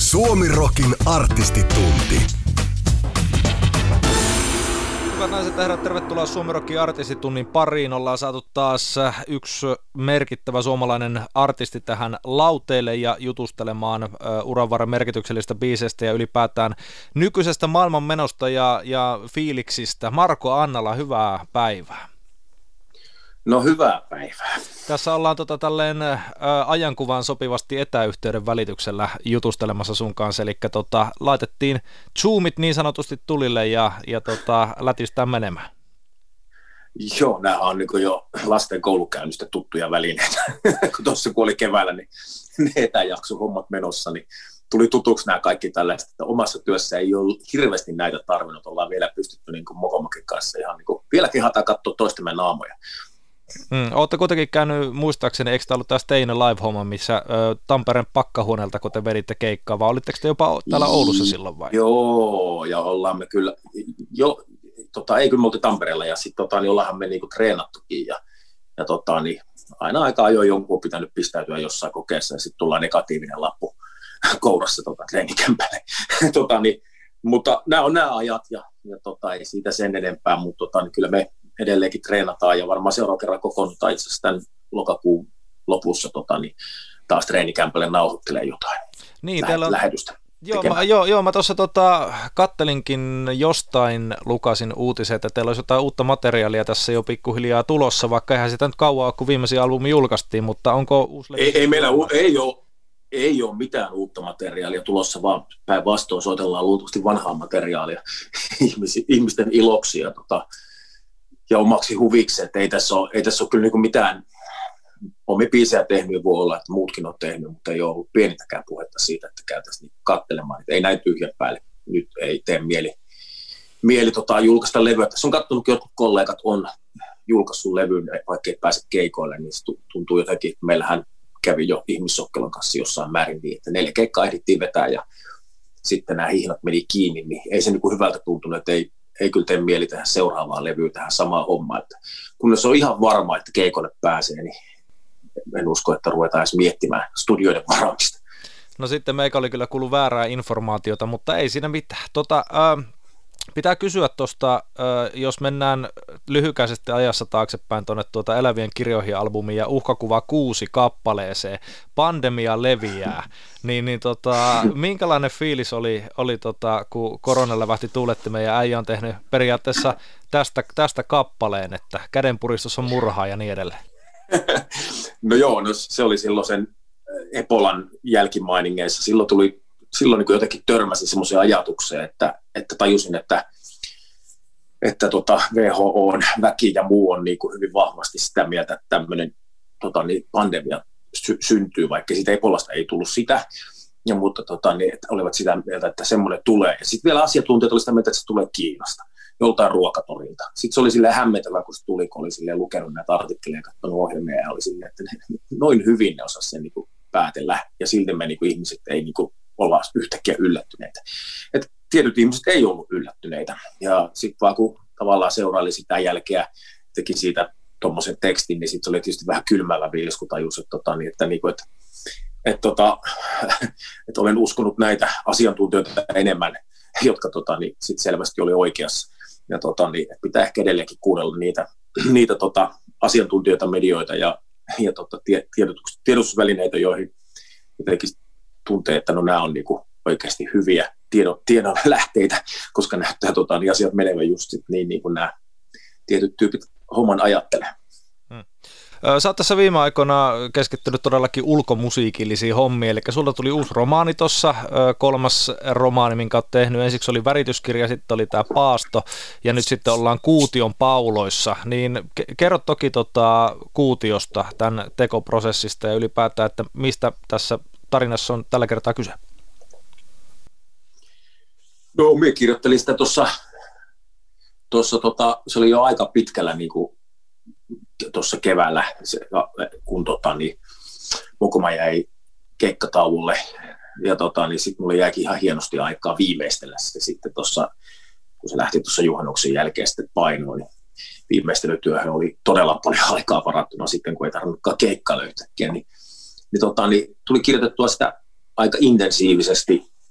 Suomi-rokin artistitunti. Hyvät naiset ja herrat, tervetuloa Suomi-rokin artistitunnin pariin. Ollaan saatu taas yksi merkittävä suomalainen artisti tähän lauteille ja jutustelemaan uran varren merkityksellistä biisestä ja ylipäätään nykyisestä maailmanmenosta ja fiiliksistä. Marko Annala, hyvää päivää. No hyvää päivää. Tässä ollaan tälleen ajankuvaan sopivasti etäyhteyden välityksellä jutustelemassa sun kanssa, eli laitettiin Zoomit niin sanotusti tulille ja lätistään menemään. Joo, nämä on niin jo lasten koulukäynnistä tuttuja välineitä. Kun oli keväällä, niin ne etäjaksohommat menossa, niin tuli tutuksi nämä kaikki tällaiset, että omassa työssä ei ole hirveästi näitä tarvinnut. Ollaan vielä pystytty niin Mokomokin kanssa ihan niin vieläkin hataan katsoa toistemme naamoja. Olette kuitenkin käynyt, muistaakseni, eikö tämä ollut tämä Stay in Alive-homma, missä Tampereen pakkahuoneelta, kun te veditte keikkaa, vai olitteko te jopa täällä Oulussa silloin vai? Joo, ja ollaan me kyllä, ei kyllä me oltiin Tampereella, ja sitten niin ollaanhan me niinku treenattukin, ja niin, aina aika ajoin jonkun on pitänyt pistäytyä jossain kokeessa, ja sitten tullaan negatiivinen lappu kourassa treenikämpälle. niin, mutta nämä on nämä ajat, ja ei siitä sen enempää, mutta niin kyllä me edelleenkin treenataan ja varmaan seuraavan kerran kokoonnutaan itse asiassa tämän lokakuun lopussa niin taas treenikämpälle nauhoittelee jotain niin, lähetystä. Joo, mä tuossa kattelinkin jostain, lukasin uutisen, että teillä olisi jotain uutta materiaalia tässä jo pikkuhiljaa tulossa, vaikka eihän sitä nyt kauan ole, kun viimeisin albumi julkaistiin, mutta onko uusi ei ole mitään uutta materiaalia tulossa, vaan päinvastoin soitellaan luultavasti vanhaa materiaalia ihmisten iloksi ja omaksi huviksi, että ei tässä ole kyllä niin mitään omia biisejä tehnyt, voi olla, että muutkin on tehnyt, mutta ei ole ollut pienintäkään puhetta siitä, että käytäisiin katselemaan, että ei näin tyhjän päälle, nyt ei tee mieli julkaista levyä. Tässä on katsonut, että jotkut kollegat on julkaissut levyn, vaikka ei pääse keikoille, niin se tuntuu jotenkin, että meillähän kävi jo Ihmissokkelon kanssa jossain määrin niin, että 4 keikkaa ehdittiin vetää ja sitten nämä hihnat meni kiinni, niin ei se niin kuin hyvältä tuntunut, että ei kyllä tee mieli tehdä seuraavaa levyä tähän samaan hommaan. Että kunnes on ihan varma, että keikolle pääsee, niin en usko, että ruvetaan edes miettimään studioiden varaamista. No sitten meikä oli kyllä kuullut väärää informaatiota, mutta ei siinä mitään. Pitää kysyä tuosta, jos mennään lyhykäisesti ajassa taaksepäin tuonne Elävien kirjoihin -albumiin ja Uhkakuva 6 kappaleeseen, Pandemia leviää, niin minkälainen fiilis oli kun korona lävähti tuulettimeen ja äijä on tehnyt periaatteessa tästä kappaleen, että kädenpuristus on murhaa ja niin edelleen? No joo, se oli silloin sen Ebolan jälkimainingeissa. Silloin niin jotenkin törmäsin semmoiseen ajatukseen, että tajusin, että WHO:n väki ja muu on niin kuin hyvin vahvasti sitä mieltä, että tämmöinen pandemia syntyy, vaikka siitä Ebolasta ei tullut sitä, mutta että olivat sitä mieltä, että semmoinen tulee. Ja sitten vielä asiantuntijat olivat sitä mieltä, että se tulee Kiinasta, joltain ruokatorilta. Sitten se oli silleen hämmentävää, kun se tuli, kun oli silleen lukenut näitä artikkeleja ja katsonut ohjelmia, ja oli silleen, että noin hyvin ne osasivat sen niin kuin päätellä, ja silti me niin kuin ihmiset ei niin kuin ollaan yhtäkkiä yllättyneitä. Et tietyt ihmiset ei ollut yllättyneitä. Ja sitten vaan kun tavallaan seuraili sitä jälkeä, teki siitä tuommoisen tekstin, niin sitten se oli tietysti vähän kylmällä fiilis, kun tajus, että olen uskonut näitä asiantuntijoita enemmän, jotka sitten selvästi oli oikeassa. Ja että pitää ehkä edelleenkin kuunnella niitä asiantuntijoita, medioita ja tiedotusvälineitä, joihin jotenkin tuntee, että nämä on niinku oikeasti hyviä tiedon lähteitä, koska näyttää niin asiat menevät just niin kuin nämä tietyt tyypit homman ajattelee. Sä oot tässä viime aikoina keskittynyt todellakin ulkomusiikillisiin hommiin, eli sulta tuli uusi romaani tuossa, 3. romaani, minkä oot tehnyt. Ensiksi oli värityskirja, sitten oli tämä Paasto, ja nyt sitten ollaan Kuution pauloissa. Niin kerro toki Kuutiosta, tämän tekoprosessista ja ylipäätään, että mistä tässä tarinassa on tällä kertaa kyse? No, minä kirjoittelin sitä se oli jo aika pitkällä niin kuin tuossa keväällä, kun Mokoma jäi keikkatauolle, ja niin sitten mulle jäikin ihan hienosti aikaa viimeistellä se sitten tuossa, kun se lähti tuossa juhannuksen jälkeen sitten painoon, niin viimeistelytyöhön oli todella paljon aikaa varattuna sitten, kun ei tarvinnutkaan keikkaa löytäkään, niin tuli kirjoitettua sitä aika intensiivisesti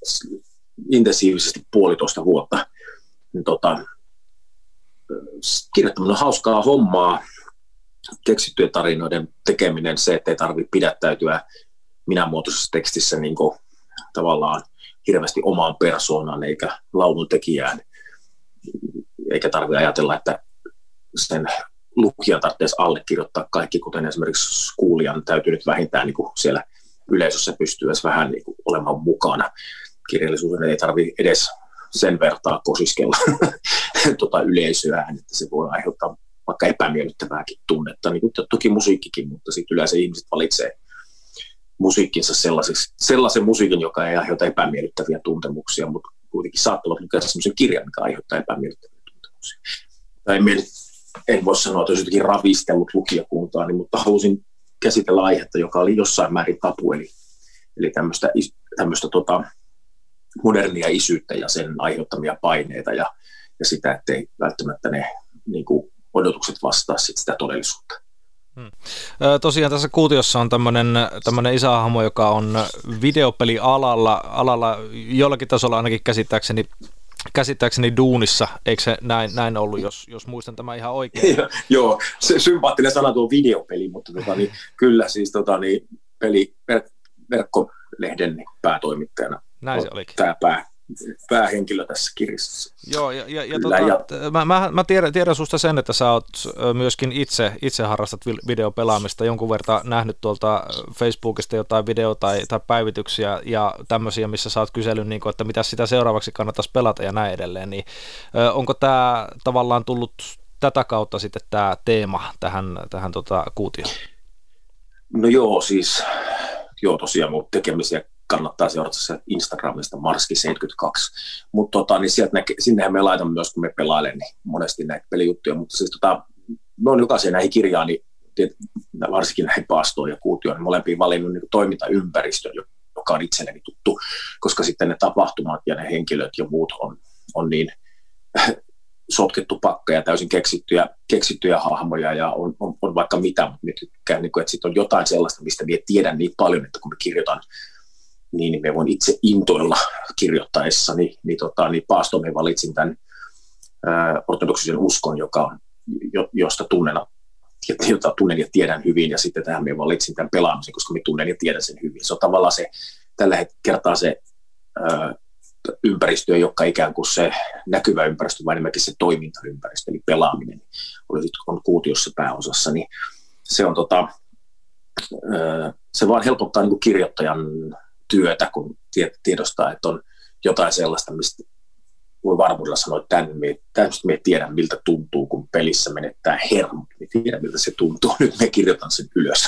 intensiivisesti 1,5 vuotta. Niin kirjoittaminen on hauskaa hommaa, keksittyjen tarinoiden tekeminen, se, että ei tarvitse pidättäytyä minämuotoisessa tekstissä niin kuin tavallaan hirveästi omaan persoonaan eikä laulun tekijään, eikä tarvitse ajatella, että sen lukijan tarvitsisi allekirjoittaa kaikki, kuten esimerkiksi kuulijan täytyy nyt vähintään niin kuin siellä yleisössä pystyä vähän niin kuin olemaan mukana. Kirjallisuuden ei tarvitse edes sen vertaa kosiskella yleisöään, että se voi aiheuttaa vaikka epämiellyttävääkin tunnetta, niin kuin toki musiikkikin, mutta sitten yleensä ihmiset valitsee musiikkinsa sellaisen musiikin, joka ei aiheuta epämiellyttäviä tuntemuksia, mutta kuitenkin saattavat lukea sellaisen kirjan, mikä aiheuttaa epämiellyttäviä tuntemuksia. En voi sanoa, että olisi jotenkin ravistellut lukijakuntaa, mutta halusin käsitellä aihetta, joka oli jossain määrin tabu, eli tämmöistä modernia isyyttä ja sen aiheuttamia paineita ja sitä, ettei välttämättä ne niin kuin odotukset vastaa sitä todellisuutta. Tosiaan tässä Kuutiossa on tämmöinen isähahmo, joka on videopelialalla jollakin tasolla ainakin käsittääkseni duunissa, eikö se näin ollut, jos muistan tämän ihan oikein? Joo, se sympaattinen sana tuo videopeli, mutta kyllä siis verkkolehden päätoimittajana. Näin se olikin. Tämä päähenkilö tässä kirjassa. Joo, mä tiedän susta sen, että sä oot myöskin itse harrastat videopelaamista, jonkun verran nähnyt tuolta Facebookista jotain video- tai päivityksiä ja tämmöisiä, missä sä oot kysellyt, niin kuin, että mitä sitä seuraavaksi kannattaisi pelata ja näin edelleen, niin onko tämä tavallaan tullut tätä kautta sitten tämä teema tähän Kuutioon? No joo, tosiaan mun tekemisiä kannattaa seurata se Instagramista Marski72, mutta niin sinnehän me laitamme myös, kun me pelailen, niin monesti näitä pelijuttuja, mutta siis me on jokaisen näihin kirjaan, niin varsinkin näihin Paastoon ja Kuutioon, niin molempiin valinnut niin toimintaympäristön, joka on itselleni tuttu, koska sitten ne tapahtumat ja ne henkilöt ja muut on niin sotkettu pakka ja täysin keksittyjä hahmoja ja on vaikka mitä, mutta me tykkään, että sitten on jotain sellaista, mistä me tiedän niin paljon, että kun me kirjoitan, niin me voin itse intoilla kirjoittaessani, niin Paastoon me valitsin tämän ortodoksisen uskon, josta jota tunnen ja tiedän hyvin, ja sitten tähän me valitsin tämän pelaamisen, koska me tunnen ja tiedän sen hyvin. Se on tavallaan tällä kertaa se ympäristö, joka ikään kuin se näkyvä ympäristö, vaan enemmänkin se toimintaympäristö, eli pelaaminen on Kuutiossa pääosassa, niin se on se vaan helpottaa niin kuin kirjoittajan työtä, kun tiedostaa, että on jotain sellaista, mistä voi varmuudella sanoa, että tämmöistä me ei tiedä, miltä tuntuu, kun pelissä menettää hermot. Me tiedä, miltä se tuntuu. Nyt me kirjoitan sen ylös.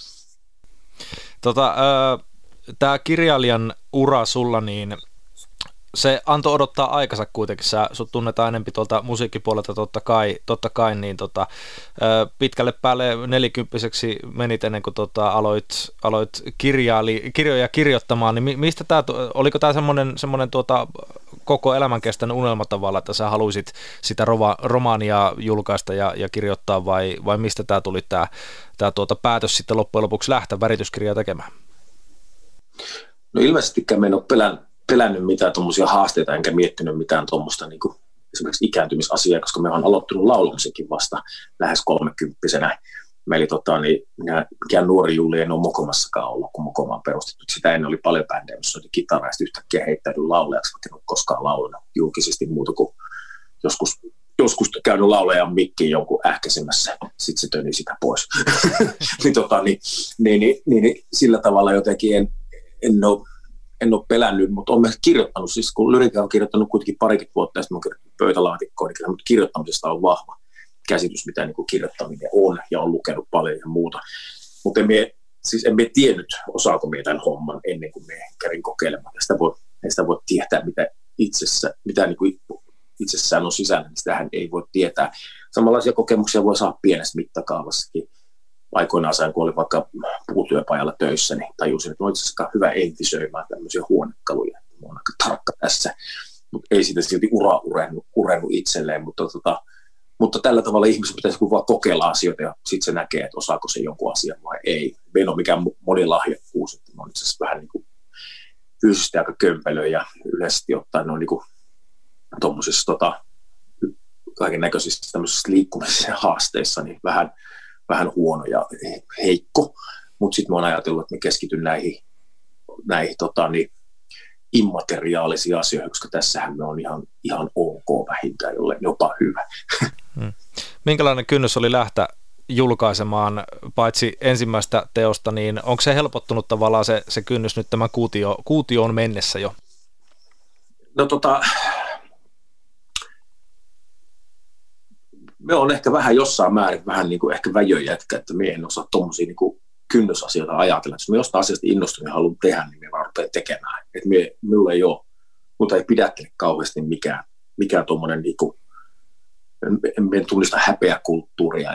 Tämä kirjailijan ura sulla, niin se antoi odottaa aikansa kuitenkin. Sut tunnetaan enemmän tuolta musiikkipuolelta totta kai niin pitkälle päälle 40-vuotiaaksi menit ennen kuin aloit kirjoja kirjoittamaan. Niin mistä oliko tämä semmoinen koko elämän kestänyt unelma tavalla, että sä haluisit sitä romaania julkaista ja kirjoittaa vai mistä tämä tuli tämä päätös sitten loppujen lopuksi lähteä värityskirjaa tekemään? No ilmeisestikään me en ole pelännyt mitään tuommoisia haasteita, enkä miettinyt mitään tuommoista niin esimerkiksi ikääntymisasiaa, koska me olen aloittanut laulamisenkin vasta lähes 30-vuotiaana. Meillä mikään nuori Julli ei ole Mokomassakaan ollut, kun Mokoma on perustettu. Sitä ennen oli paljon bändejä, missä oli kitaraa, ja sitten yhtäkkiä heittäydyn laulajaksi, vaikka en ole koskaan laulanut julkisesti muuta kuin joskus käynyt laulajan mikkiin jonkun ähkäisemässä, sitten se töni sitä pois. niin sillä tavalla jotenkin en ole pelännyt, mutta olen myös kirjoittanut, siis kun Lyrica on kirjoittanut kuitenkin parikin vuotta, ja sitten olen kirjoittanut pöytälaatikkoon, niin mutta kirjoittamisesta on vahva käsitys, mitä niin kuin kirjoittaminen on, ja olen lukenut paljon ja muuta. Mutta en mie tiennyt, osaako minä tämän homman ennen kuin minä kävin kokeilemaan. Ei sitä voi tietää, mitä niin kuin itsessään on sisällä, niin sitähän ei voi tietää. Samanlaisia kokemuksia voi saada pienessä mittakaavassakin. Aikoinaan sain, kun olin vaikka puutyöpajalla töissä, niin tajusin, että olen itse asiassa hyvä entisöimään tämmöisiä huonekaluja. Olen aika tarkka tässä, mutta ei siitä silti urenut itselleen. Mutta tällä tavalla ihmisen pitäisi vaan kokeilla asioita ja sitten se näkee, että osaako se jonkun asian vai ei. Meillä on mikään monilahjakkuus, että olen itse asiassa vähän niin kuin fyysisesti aika kömpelöjä ja yleisesti ottaen ne on niin tuommoisissa kaiken näköisissä tämmöisissä liikkumisissa haasteissa niin vähän huono ja heikko, mutta sitten mä oon ajatellut, että me keskityn näihin immateriaalisiin asioihin, koska tässähän me on ihan ok vähintään, jolle jopa hyvä. Minkälainen kynnys oli lähteä julkaisemaan paitsi ensimmäistä teosta, niin onko se helpottunut tavallaan se kynnys nyt tämän kuutioon mennessä jo? No me on ehkä vähän jossain määrin vähän niin kuin ehkä väjöjätkä, että me en osaa tuommoisia niin kuin kynnysasioita ajatella. Jos me jostain asiasta innostun ja haluan tehdä, niin me vaan rupean tekemään. Että minulla ei ole, mutta ei pidättele kauheasti mikään tuommoinen, niin kuin, en tunnista häpeäkulttuuria,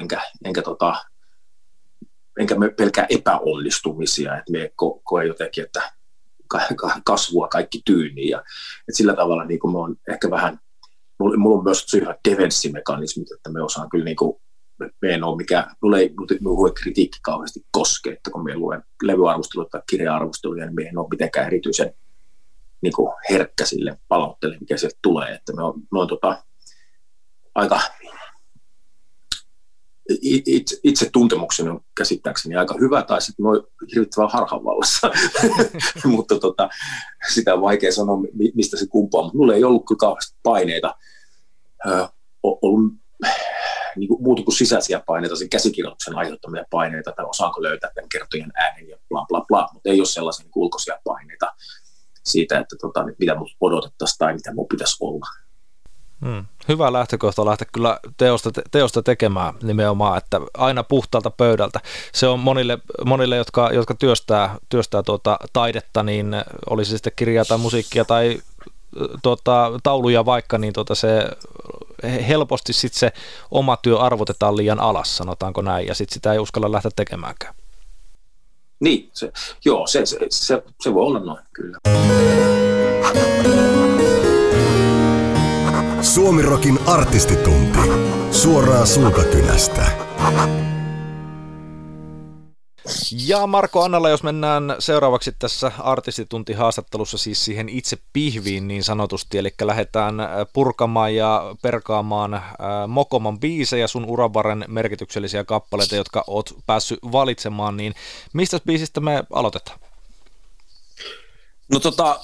enkä me pelkää epäonnistumisia, että me koe jotenkin, että kasvua kaikki tyyniin. Ja, että sillä tavalla niin kuin me on ehkä vähän, mulla on myös hyvät defenssimekanismit, että me osaan kyllä niin kuin, me en ole mikään, mulla ei kritiikki kauheasti koske, että kun me luen levyarvosteluja tai kirja-arvosteluja, niin me en ole mitenkään erityisen niin kuin herkkä sille palautteelle, mikä sieltä tulee, että me on aika itse tuntemukseni on käsittääkseni aika hyvä, tai sitten on hirvittävän harhavallassa, mutta sitä on vaikea sanoa, mistä se kumpaa, mutta mulla ei ollut kyllä kauheasti paineita, ollut niin kuin muuta kuin sisäisiä paineita, sen käsikirjoituksen aiheuttamia paineita, että osaanko löytää tämän kertojen äänen ja bla bla bla, mutta ei ole sellaisia niin ulkoisia paineita siitä, että mitä minun odotettaisiin tai mitä minun pitäisi olla. Hyvä lähtökohta lähteä kyllä teosta tekemään nimenomaan, että aina puhtaalta pöydältä. Se on monille jotka työstää taidetta, niin olisi se sitten kirjaa tai musiikkia tai tauluja vaikka, niin se helposti sitten se oma työ arvotetaan liian alas, sanotaanko näin, ja sitten sitä ei uskalla lähteä tekemäänkään. Niin, se voi olla noin, kyllä. Suomi-rokin artistitunti. Suoraan sulkakynästä. Ja Marko Annalla, jos mennään seuraavaksi tässä artistituntihaastattelussa siis siihen itse pihviin niin sanotusti, eli lähdetään purkamaan ja perkaamaan Mokoman biisejä, sun uran varren merkityksellisiä kappaleita, jotka oot päässyt valitsemaan, niin mistä biisistä me aloitetaan? No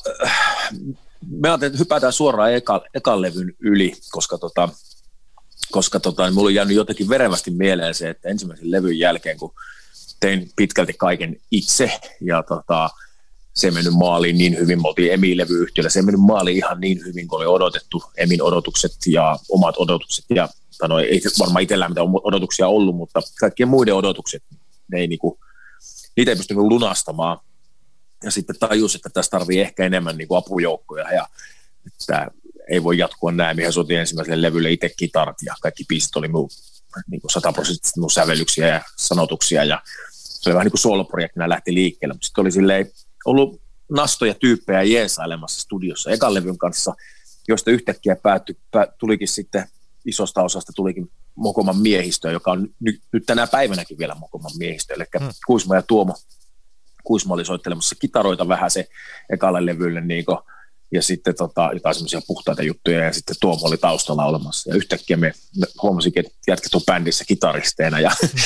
me ajattelin, että hypätään suoraan ekan levyn yli, koska mulla on jäänyt jotenkin verevästi mieleen se, että ensimmäisen levyn jälkeen, kun tein pitkälti kaiken itse ja se mennyt maaliin niin hyvin, me oltiin EMI-levyyhtiöllä, se mennyt maaliin ihan niin hyvin, kun oli odotettu, EMIn odotukset ja omat odotukset ja ei varmaan itsellään mitään odotuksia ollut, mutta kaikkien muiden odotukset, niitä ei pystynyt lunastamaan. Ja sitten tajus, että tässä tarvii ehkä enemmän apujoukkoja ja että ei voi jatkua näin, mihin soitin ensimmäiselle levylle itse kitarat ja kaikki biisit oli 100% mun sävellyksiä ja sanotuksia ja se oli vähän niin kuin solo-projektina lähti liikkeelle, mutta sitten oli ollut nastoja tyyppejä jeesailemassa studiossa ekan levyn kanssa, joista yhtäkkiä tulikin sitten isosta osasta tulikin Mokoman miehistö, joka on nyt tänä päivänäkin vielä Mokoman miehistö, eli Kuisma ja Tuomo. Kuisma oli soittelemassa kitaroita vähän se ekalle levylle ja sitten jotain semmoisia puhtaita juttuja ja sitten Tuomo oli taustalla olemassa ja yhtäkkiä me huomasikin, että jätket on bändissä kitaristeina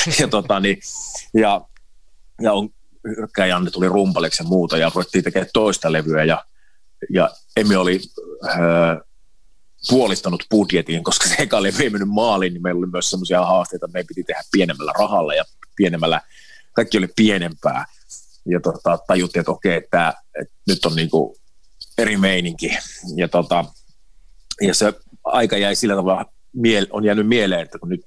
ja Yrkkä Janne tuli rumpaliksi ja muuta ja ruvettiin tekemään toista levyä ja Emi oli puolistanut budjetin, koska se eka levy ei mennyt maaliin, niin meillä oli myös semmoisia haasteita, että meidän piti tehdä pienemmällä rahalla ja kaikki oli pienempää. Ja tajuttiin, että okei, että nyt on niinku eri meininki. Ja se aika jäi sillä tavalla, on jäänyt mieleen, että kun nyt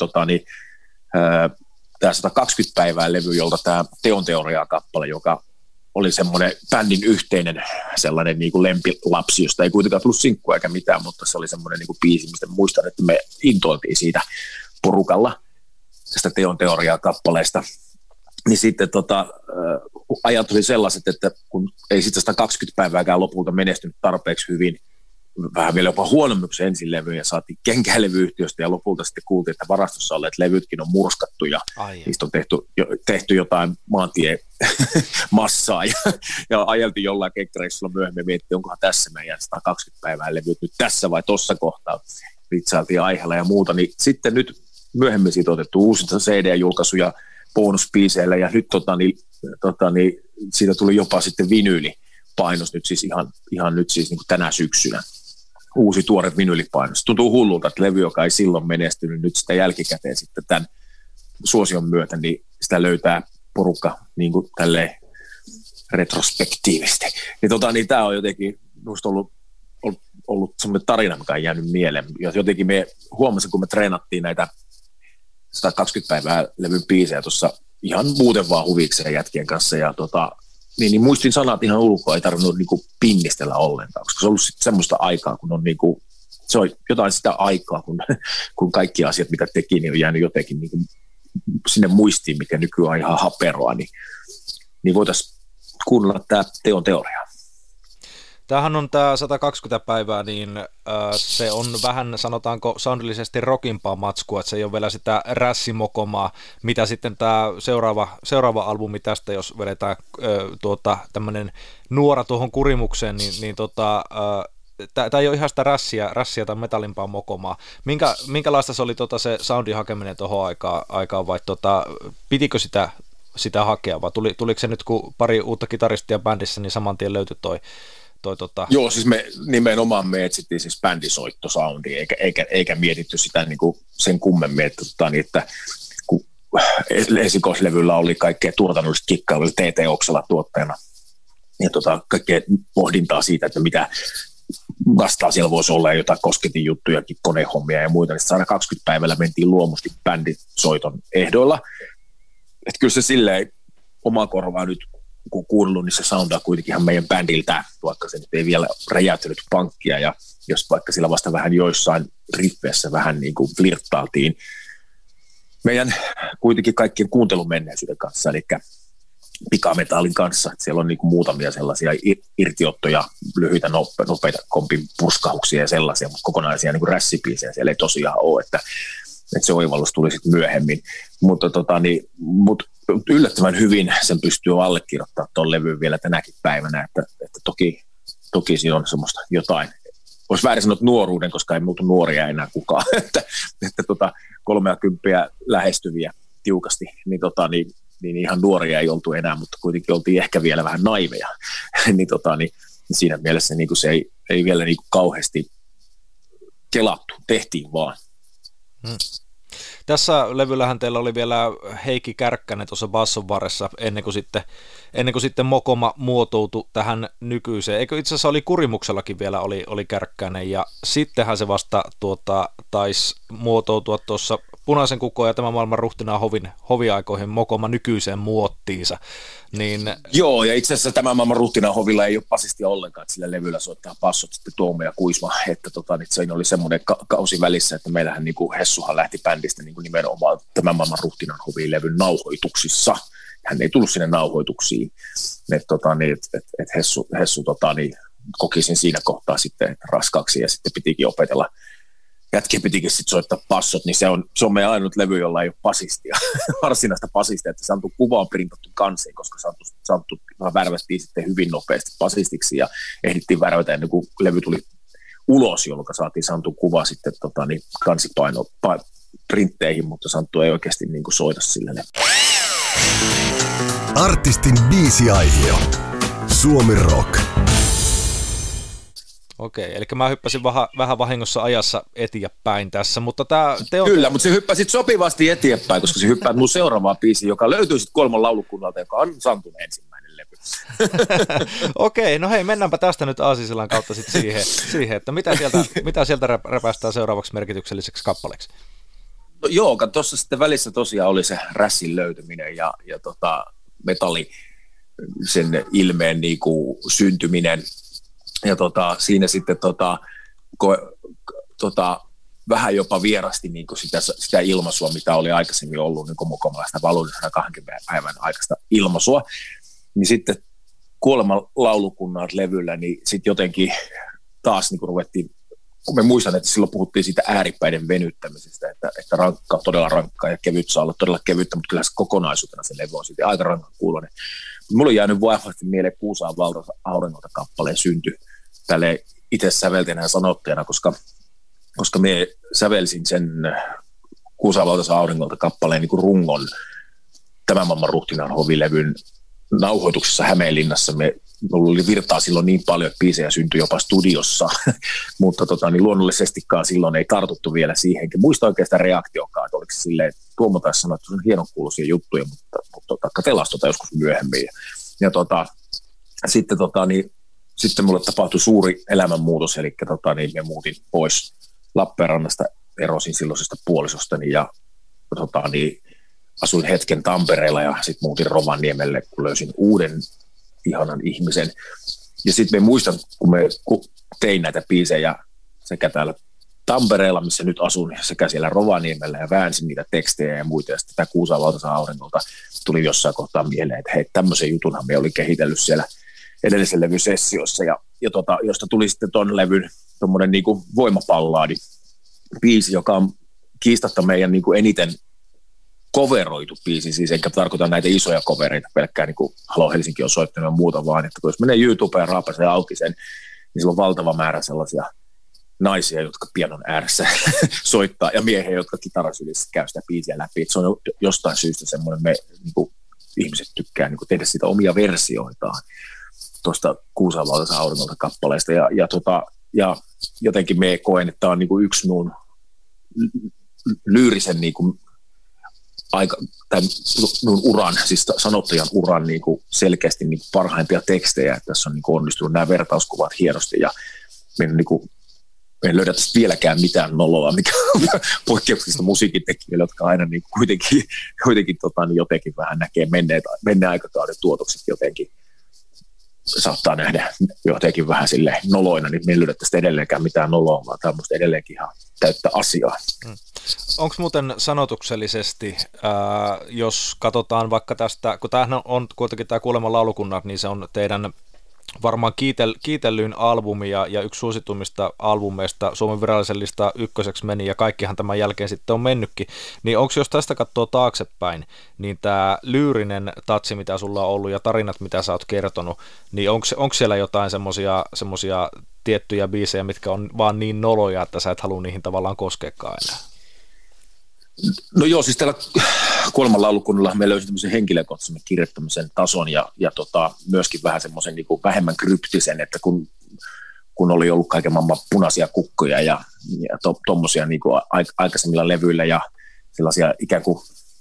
tämä 120 päivää levy, jolta tämä Teon teoria-kappale, joka oli semmoinen bändin yhteinen sellainen niinku lempilapsi, josta ei kuitenkaan tullut sinkkua eikä mitään, mutta se oli semmoinen niinku biisi, mistä muistan, että me intoiltiin siitä porukalla tästä Teon teoria-kappaleesta. Niin sitten ajat oli sellaiset, että kun ei sitten 120 päivääkään lopulta menestynyt tarpeeksi hyvin, vähän vielä jopa huonommiksi ensilevyjä, saatiin kenkälevyyhtiöstä ja lopulta sitten kuultiin, että varastossa olleet levytkin on murskattu ja niistä on tehty jotain maantiemassaa ja ajeltiin jollain kenkkäreissulla myöhemmin miettii, onkohan tässä meidän 120 päivää levyt nyt tässä vai tuossa kohtaa, vitsailtiin aiheella ja muuta, niin sitten nyt myöhemmin siitä otettu uusinta CD-julkaisuja bonuspiiseillä ja nyt siitä tuli jopa sitten vinyylipainos nyt siis ihan nyt siis niin kuin tänä syksynä. Uusi tuore vinylipainos. Tuntuu hullulta, että levy, joka ei silloin menestynyt, nyt sitä jälkikäteen sitten tämän suosion myötä, niin sitä löytää porukka niin kuin tälleen retrospektiivisesti. Niin tämä on jotenkin minusta ollut semmoinen tarina, mikä on jäänyt mieleen. Jotenkin me huomasin, kun me treenattiin näitä 120 päivää levyn biisejä tuossa ihan muuten vaan huvikseen jätkien kanssa ja niin muistin sanat ihan ulkoa, ei tarvinnut niinku pinnistellä ollenkaan, koska se on ollut semmoista aikaa, kun on niinku, se on jotain sitä aikaa, kun kaikki asiat, mitä teki, niin on jäänyt jotenkin niinku sinne muistiin, mikä nykyään on ihan haperoa, niin voitaisiin kuunnella tämä teon teoria. Tämähän on tämä 120 päivää, niin se on vähän, sanotaanko, soundillisesti rockimpaa matskua, että se ei ole vielä sitä rässimokomaa, mitä sitten tämä seuraava albumi tästä, jos vedetään tämmöinen nuora tuohon kurimukseen, niin tämä ei ole ihan sitä rässiä tai metallimpaa mokomaa. Minkälaista se oli se soundin hakeminen tuohon aikaan vai pitikö sitä hakea, vai tuliko se nyt, kun pari uutta kitaristia bändissä, niin saman tien löytyi toi. Joo, siis me nimenomaan etsittiin siis bändisoittosoundia, eikä mietitty sitä niin kuin sen kummemmin, että kun esikoislevyllä oli kaikkea tuotannollista kikkailuja TT Oksala tuottajana ja kaikkea pohdintaa siitä, että mitä vastaan siellä voisi olla ja jotain kosketin juttujakin, konehommia ja muita, niin 120 päivällä mentiin luomusti bändisoiton ehdoilla. Että kyllä se silleen oma korvaa nyt kun kuunnellut, niin se soundaa kuitenkin ihan meidän bändiltä, vaikka se nyt ei vielä räjäyttänyt pankkia, ja jos vaikka sillä vasta vähän joissain riffeissä vähän niin kuin flirttailtiin meidän kuitenkin kaikkien kuuntelumenneisyyden kanssa, eli pikametallin kanssa, että siellä on niin kuin muutamia sellaisia irtiottoja, lyhyitä, nopeita kompin purskahuksia ja sellaisia, mutta kokonaisia niin kuin rässipiisejä siellä ei tosiaan ole, että se oivallus tuli sitten myöhemmin, mutta yllättävän hyvin sen pystyy allekirjoittamaan tuon levyyn vielä tänäkin päivänä, että toki siinä on semmoista jotain. Olisi väärin sanoa nuoruuden, koska ei muutu nuoria enää kukaan, että 30 lähestyviä tiukasti, niin ihan nuoria ei oltu enää, mutta kuitenkin oltiin ehkä vielä vähän naiveja, niin siinä mielessä niin kuin se ei vielä niin kuin kauheasti kelattu, tehtiin vaan. Tässä levyllähän teillä oli vielä Heikki Kärkkänen tuossa basson varressa ennen kuin sitten Mokoma muotoutui tähän nykyiseen. Eikö itse asiassa oli Kurimuksellakin vielä oli Kärkkänen ja sittenhän se vasta taisi muotoutua tuossa Punaisen kukon ja tämän maailman ruhtinaan hoviaikoihin Mokoma nykyiseen muottiinsa. Joo, ja itse asiassa tämän maailman ruhtinaan hovilla ei ole basistia ollenkaan, että sillä levyllä soittaa bassot sitten Tuomo ja Kuisma, että se oli semmoinen kausi välissä, että meillähän niin kuin Hessuhan lähti bändistä niin kuin nimenomaan tämän maailman ruhtinaan hovin levyn nauhoituksissa. Hän ei tullut sinne nauhoituksiin, että Hessu koki sen siinä kohtaa sitten raskaaksi ja sitten pitikin opetella. Jätkin pitikin sitten soittaa bassot, niin se on meidän ainut levy, jolla ei ole basistia, varsinaista basistia, että Santtu kuva on printattu kansiin, koska Santtu värvättiin sitten hyvin nopeasti basistiksi ja ehdittiin värvätä ennen kuin levy tuli ulos, jolloin saatiin Santtu kuva sitten kansipaino printteihin, mutta Santtu ei oikeasti niin kuin soida sillä. Artistin biisiaihio. Suomi Rock. Okei, eli mä hyppäsin vähän vahingossa ajassa eteenpäin tässä, mutta Kyllä, mutta se hyppäsit sopivasti eteenpäin, koska se hyppäät mun seuraavaan biisiin, joka löytyy sitten Kolmon laulukunnalta, joka on Santun ensimmäinen levy. Okei, no hei, mennäänpä tästä nyt Aasisillan kautta sitten siihen, että mitä sieltä repästään seuraavaksi merkitykselliseksi kappaleeksi? No joo, tuossa sitten välissä tosiaan oli se rässin löytyminen ja metalli, sen ilmeen niinku syntyminen. Ja siinä sitten vähän jopa vierasti niin kuin sitä ilmaisua, mitä oli aikaisemmin ollut niin mokomalaista valun 120 päivän aikaista ilmaisua. Niin sitten Kuoleman laulukunnat levyllä, niin sitten jotenkin taas niin kuin ruvettiin, kun me muistan, että silloin puhuttiin siitä ääripäiden venyttämisestä, että rankka on todella rankkaa ja kevyt saa olla todella kevyttä, mutta kyllä se kokonaisuutena se levy on sitten aika rankan kuuloinen. Mulla on jäänyt vahvasti mieleen Kuusaan valtaisa auringolta kappaleen synty tälleen itse säveltäjänä ja sanottajana, koska me sävelsin sen Kuusaan valtaisa auringolta kappaleen niin kuin rungon Tämän maailman ruhtinaan hovilevyn nauhoituksessa Hämeenlinnassa. Mulla oli virtaa silloin niin paljon, että biisejä syntyi jopa studiossa, mutta niin luonnollisestikaan silloin ei tartuttu vielä siihen. Enkä muista oikein sitä reaktiokaan, että oliko se silleen, että Tuomo taisi sanoa, että se on hienon kuuluisia juttuja, mutta katsellaan joskus myöhemmin. Ja sitten mulle tapahtui suuri elämänmuutos, eli me muutin pois Lappeenrannasta, erosin silloisesta puolisostani ja asuin hetken Tampereella ja sitten muutin Rovaniemelle, kun löysin uuden ihanan ihmisen. Ja sitten me muistan, kun tein näitä biisejä sekä täällä Tampereella, missä nyt asun, sekä siellä Rovaniemellä ja väänsin niitä tekstejä ja muita. Ja sitten tämä Kuusaan valtaisa auringolta tuli jossain kohtaa mieleen, että hei, tämmöisen jutunhan me oli kehitellyt siellä edellisen levyn sessiossa. Ja josta tuli sitten ton levyn tommoinen niinku voimapallaadi biisi, joka on kiistatta meidän niinku eniten coveroitu biisi, siis enkä tarkoita näitä isoja covereita, pelkkää niin kuin Halo Helsinki on soittanut ja muuta, vaan että kun jos menee YouTubeen ja raapasee auki sen, niin sillä on valtava määrä sellaisia naisia, jotka pianon ääressä soittaa, ja miehiä, jotka kitarasylissä käy sitä biisiä läpi. Että se on jostain syystä semmoinen, niin kuin ihmiset tykkää niin kuin tehdä sitä omia versioitaan tuosta Kuusaan valtaisa auringolta kappaleesta, ja jotenkin me koen, että tämä on niin kuin yksi mun lyyrisen niin kuin minun uran, siis sanottajan uran niin kuin selkeästi niin kuin parhaimpia tekstejä, että tässä on niin kuin onnistunut nämä vertauskuvat hienosti, ja me en löydä tästä vieläkään mitään noloa, mikä on poikkeuksista musiikintekijöille, jotka aina niin kuitenkin jotenkin vähän näkee menneen aikakauden tuotokset jotenkin saattaa nähdä jotenkin vähän silleen noloina, niin me ei löydä tästä edelleenkään mitään noloa, vaan tämä on musta edelleenkin ihan täyttä asiaa. Onko muuten sanotuksellisesti, jos katsotaan vaikka tästä, kun tämähän on kuitenkin tämä Kuulemma laulukunnat, niin se on teidän varmaan kiitellyin albumi ja yksi suosituimmista albumeista Suomen virallisen lista ykköseksi meni ja kaikkihan tämän jälkeen sitten on mennytkin, niin onko jos tästä katsoo taaksepäin, niin tämä lyyrinen tatsi, mitä sulla on ollut ja tarinat, mitä sä oot kertonut, niin onko siellä jotain semmoisia tiettyjä biisejä, mitkä on vaan niin noloja, että sä et halua niihin tavallaan koskeekaan enää? No joo, siis täällä Kuoleman laulukunnalla me löysin tämmöisen henkilökohtaisen kirjoittamisen tason ja myöskin vähän semmoisen niin kuin vähemmän kryptisen, että kun oli ollut kaiken maailman punaisia kukkoja ja tommosia niin kuin aikaisemmilla levyillä ja sellaisia ikään kuin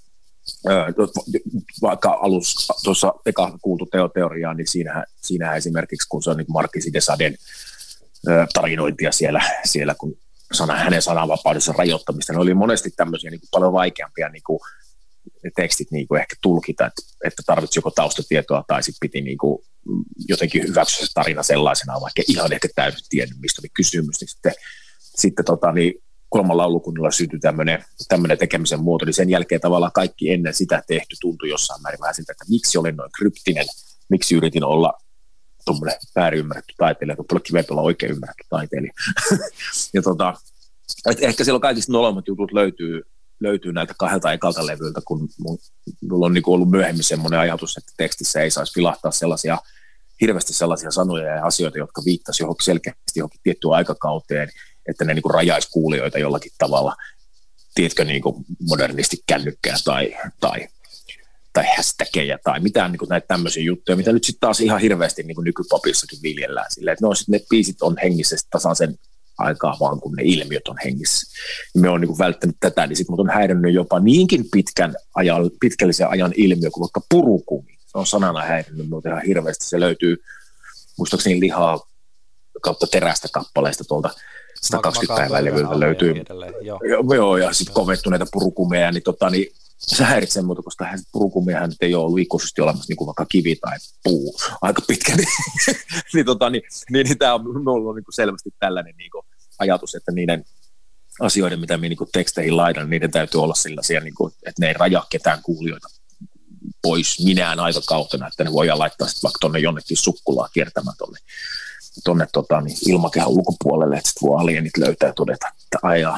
vaikka alussa tuossa eka kuultu teoriaa, niin siinähän esimerkiksi kun se on niin Marquis de Saden tarinointia siellä kun hänen sananvapaudessa rajoittamista, ne oli monesti tämmöisiä niin kuin paljon vaikeampia niin kuin, ne tekstit niin kuin ehkä tulkita, että tarvitsi joko taustatietoa tai sitten piti niin kuin, jotenkin hyväksyä se tarina sellaisenaan, vaikka ihan ehkä täysin tiennyt, mistä oli kysymys, niin sitten niin Kuoleman laulukunnalla syntyi tämmöinen tekemisen muoto, niin sen jälkeen tavallaan kaikki ennen sitä tehty tuntui jossain määrin vähän siltä, että miksi olin noin kryptinen, miksi yritin olla tuommoinen väärin ymmärretty taiteilija, tuolla kivempi olla oikein ymmärretty taiteilija. Ja ehkä siellä kaikista noloimmat jutut löytyy näiltä kahdelta ekalta levyltä, kun mulla on niin ollut myöhemmin semmoinen ajatus, että tekstissä ei saisi vilahtaa hirveästi sellaisia sanoja ja asioita, jotka viittasi selkeästi johonkin tiettyyn aikakauteen, että ne niin kuin rajaisi kuulijoita jollakin tavalla, tiedätkö, niin kuin modernisti kännykkää tai hashtageja tai mitään niin kuin näitä tämmöisiä juttuja, mitä nyt sitten taas ihan hirveästi niin kuin nykypopissakin viljellään silleen, että ne biisit on hengissä tasaisen aikaa vaan, kun ne ilmiöt on hengissä. Ja me on niin kuin välttänyt tätä, niin sitten mut on häirinnyt jopa niinkin pitkällisen ajan ilmiö kuin vaikka purukumi. Se on sanana häirinnyt minut ihan hirveästi. Se löytyy, muistaakseni lihaa kautta terästä kappaleista tuolta 120 päivää levyltä löytyy. Joo, ja sitten kovettuneita purukumeja, niin se häiritsee muuta, koska purukumiahan nyt ei ole ollut ikuisesti olemassa niin kuin vaikka kivi tai puu aika pitkä, niin tämä on ollut niin kuin selvästi tällainen niin kuin ajatus, että niiden asioiden, mitä minä niin teksteihin laitan, niiden täytyy olla sellaisia, niin kuin, että ne ei rajaa ketään kuulijoita pois minään aikakautena, että ne voidaan laittaa sitten vaikka tuonne jonnekin sukkulaa kiertämään tonne niin ilmakehän ulkopuolelle, että sitten voi alienit löytää ja todeta, että ajaa.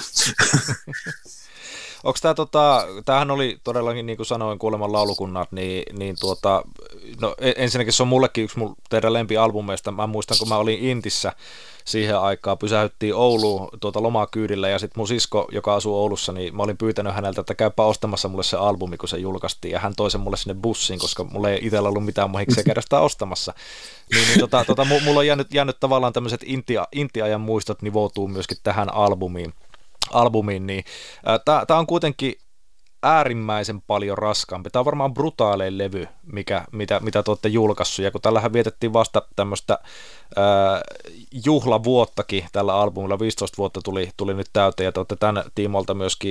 Onko tämähän oli todellakin, niin kuin sanoin, Kuoleman laulukunnat, no ensinnäkin se on mullekin yksi teidän lempialbumeista. Mä muistan, kun mä olin Intissä siihen aikaan, pysähyttiin Ouluun lomakyydillä, ja sitten mun sisko, joka asuu Oulussa, niin mä olin pyytänyt häneltä, että käypä ostamassa mulle se albumi, kun se julkaistiin, ja hän toi sen mulle sinne bussiin, koska mulla ei itsellä ollut mitään muhikseen käydä sitä ostamassa. Mulla on jäänyt tavallaan tämmöiset Intia-ajan muistot nivoutuu myöskin tähän albumiin, niin tämä on kuitenkin äärimmäisen paljon raskaampi. Tämä on varmaan brutaalein levy, mitä te olette julkaissut, ja kun tällähän vietettiin vasta tämmöistä juhlavuottakin tällä albumilla, 15 vuotta tuli nyt täyteen, ja te olette tämän tiimoilta myöskin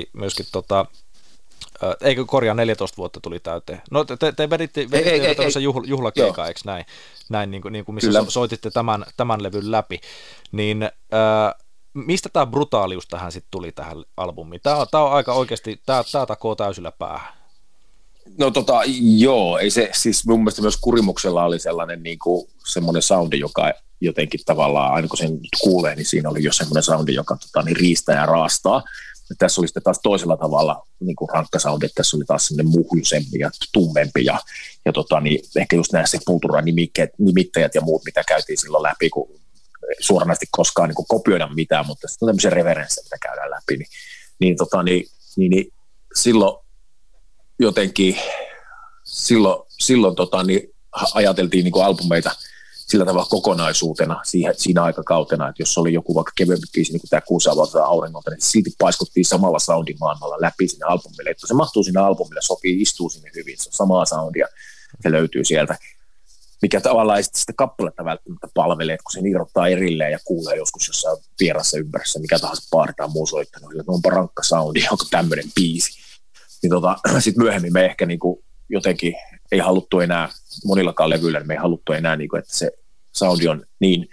eikö korjaa, 14 vuotta tuli täyteen. No te veditte tämmöisen juhlakeikan, eikö näin niin kuin missä soititte tämän levyn läpi, niin mistä tämä brutaalius tähän sitten tuli tähän albumiin? Tämä on aika oikeasti, tämä takoo täysillä päähän. No joo, ei se, siis mun mielestä myös Kurimuksella oli sellainen niin kuin semmoinen soundi, joka jotenkin tavallaan, aina kun sen kuulee, niin siinä oli jo semmoinen soundi, joka niin riistää ja raastaa. Ja tässä oli sitten taas toisella tavalla niin kuin rankka soundi, että tässä oli taas semmoinen muhjusempi ja tummempi ja niin ehkä just nämä Sepultura-nimittäjät ja muut, mitä käytiin silloin läpi, kun suoranaisesti koskaan niin kuin kopioida mitään, mutta sitten on tämmöisiä referenssejä, mitä käydään läpi, niin silloin jotenkin silloin ajateltiin niin kuin albumeita sillä tavalla kokonaisuutena siinä aikakautena, että jos oli joku vaikka kevyempi biisi, niin kuin tämä Kuusavalta aurengolta, niin silti paiskottiin samalla soundimaailmalla läpi sinne albumille, että se mahtuu sinne albumille, sopii, istuu sinne hyvin, se on samaa soundia, se löytyy sieltä, mikä tavallaan ei sitä kappaletta välttämättä palvelee, että kun sen irrottaa erilleen ja kuulee joskus jossain vierassa ympärissä, mikä tahansa baari tai muu soittanut, että onpa rankka soundi, onko tämmöinen biisi. Niin sitten myöhemmin me ehkä niinku jotenkin ei haluttu enää, monillakaan levyillä me ei haluttu enää, niinku, että se soundi on niin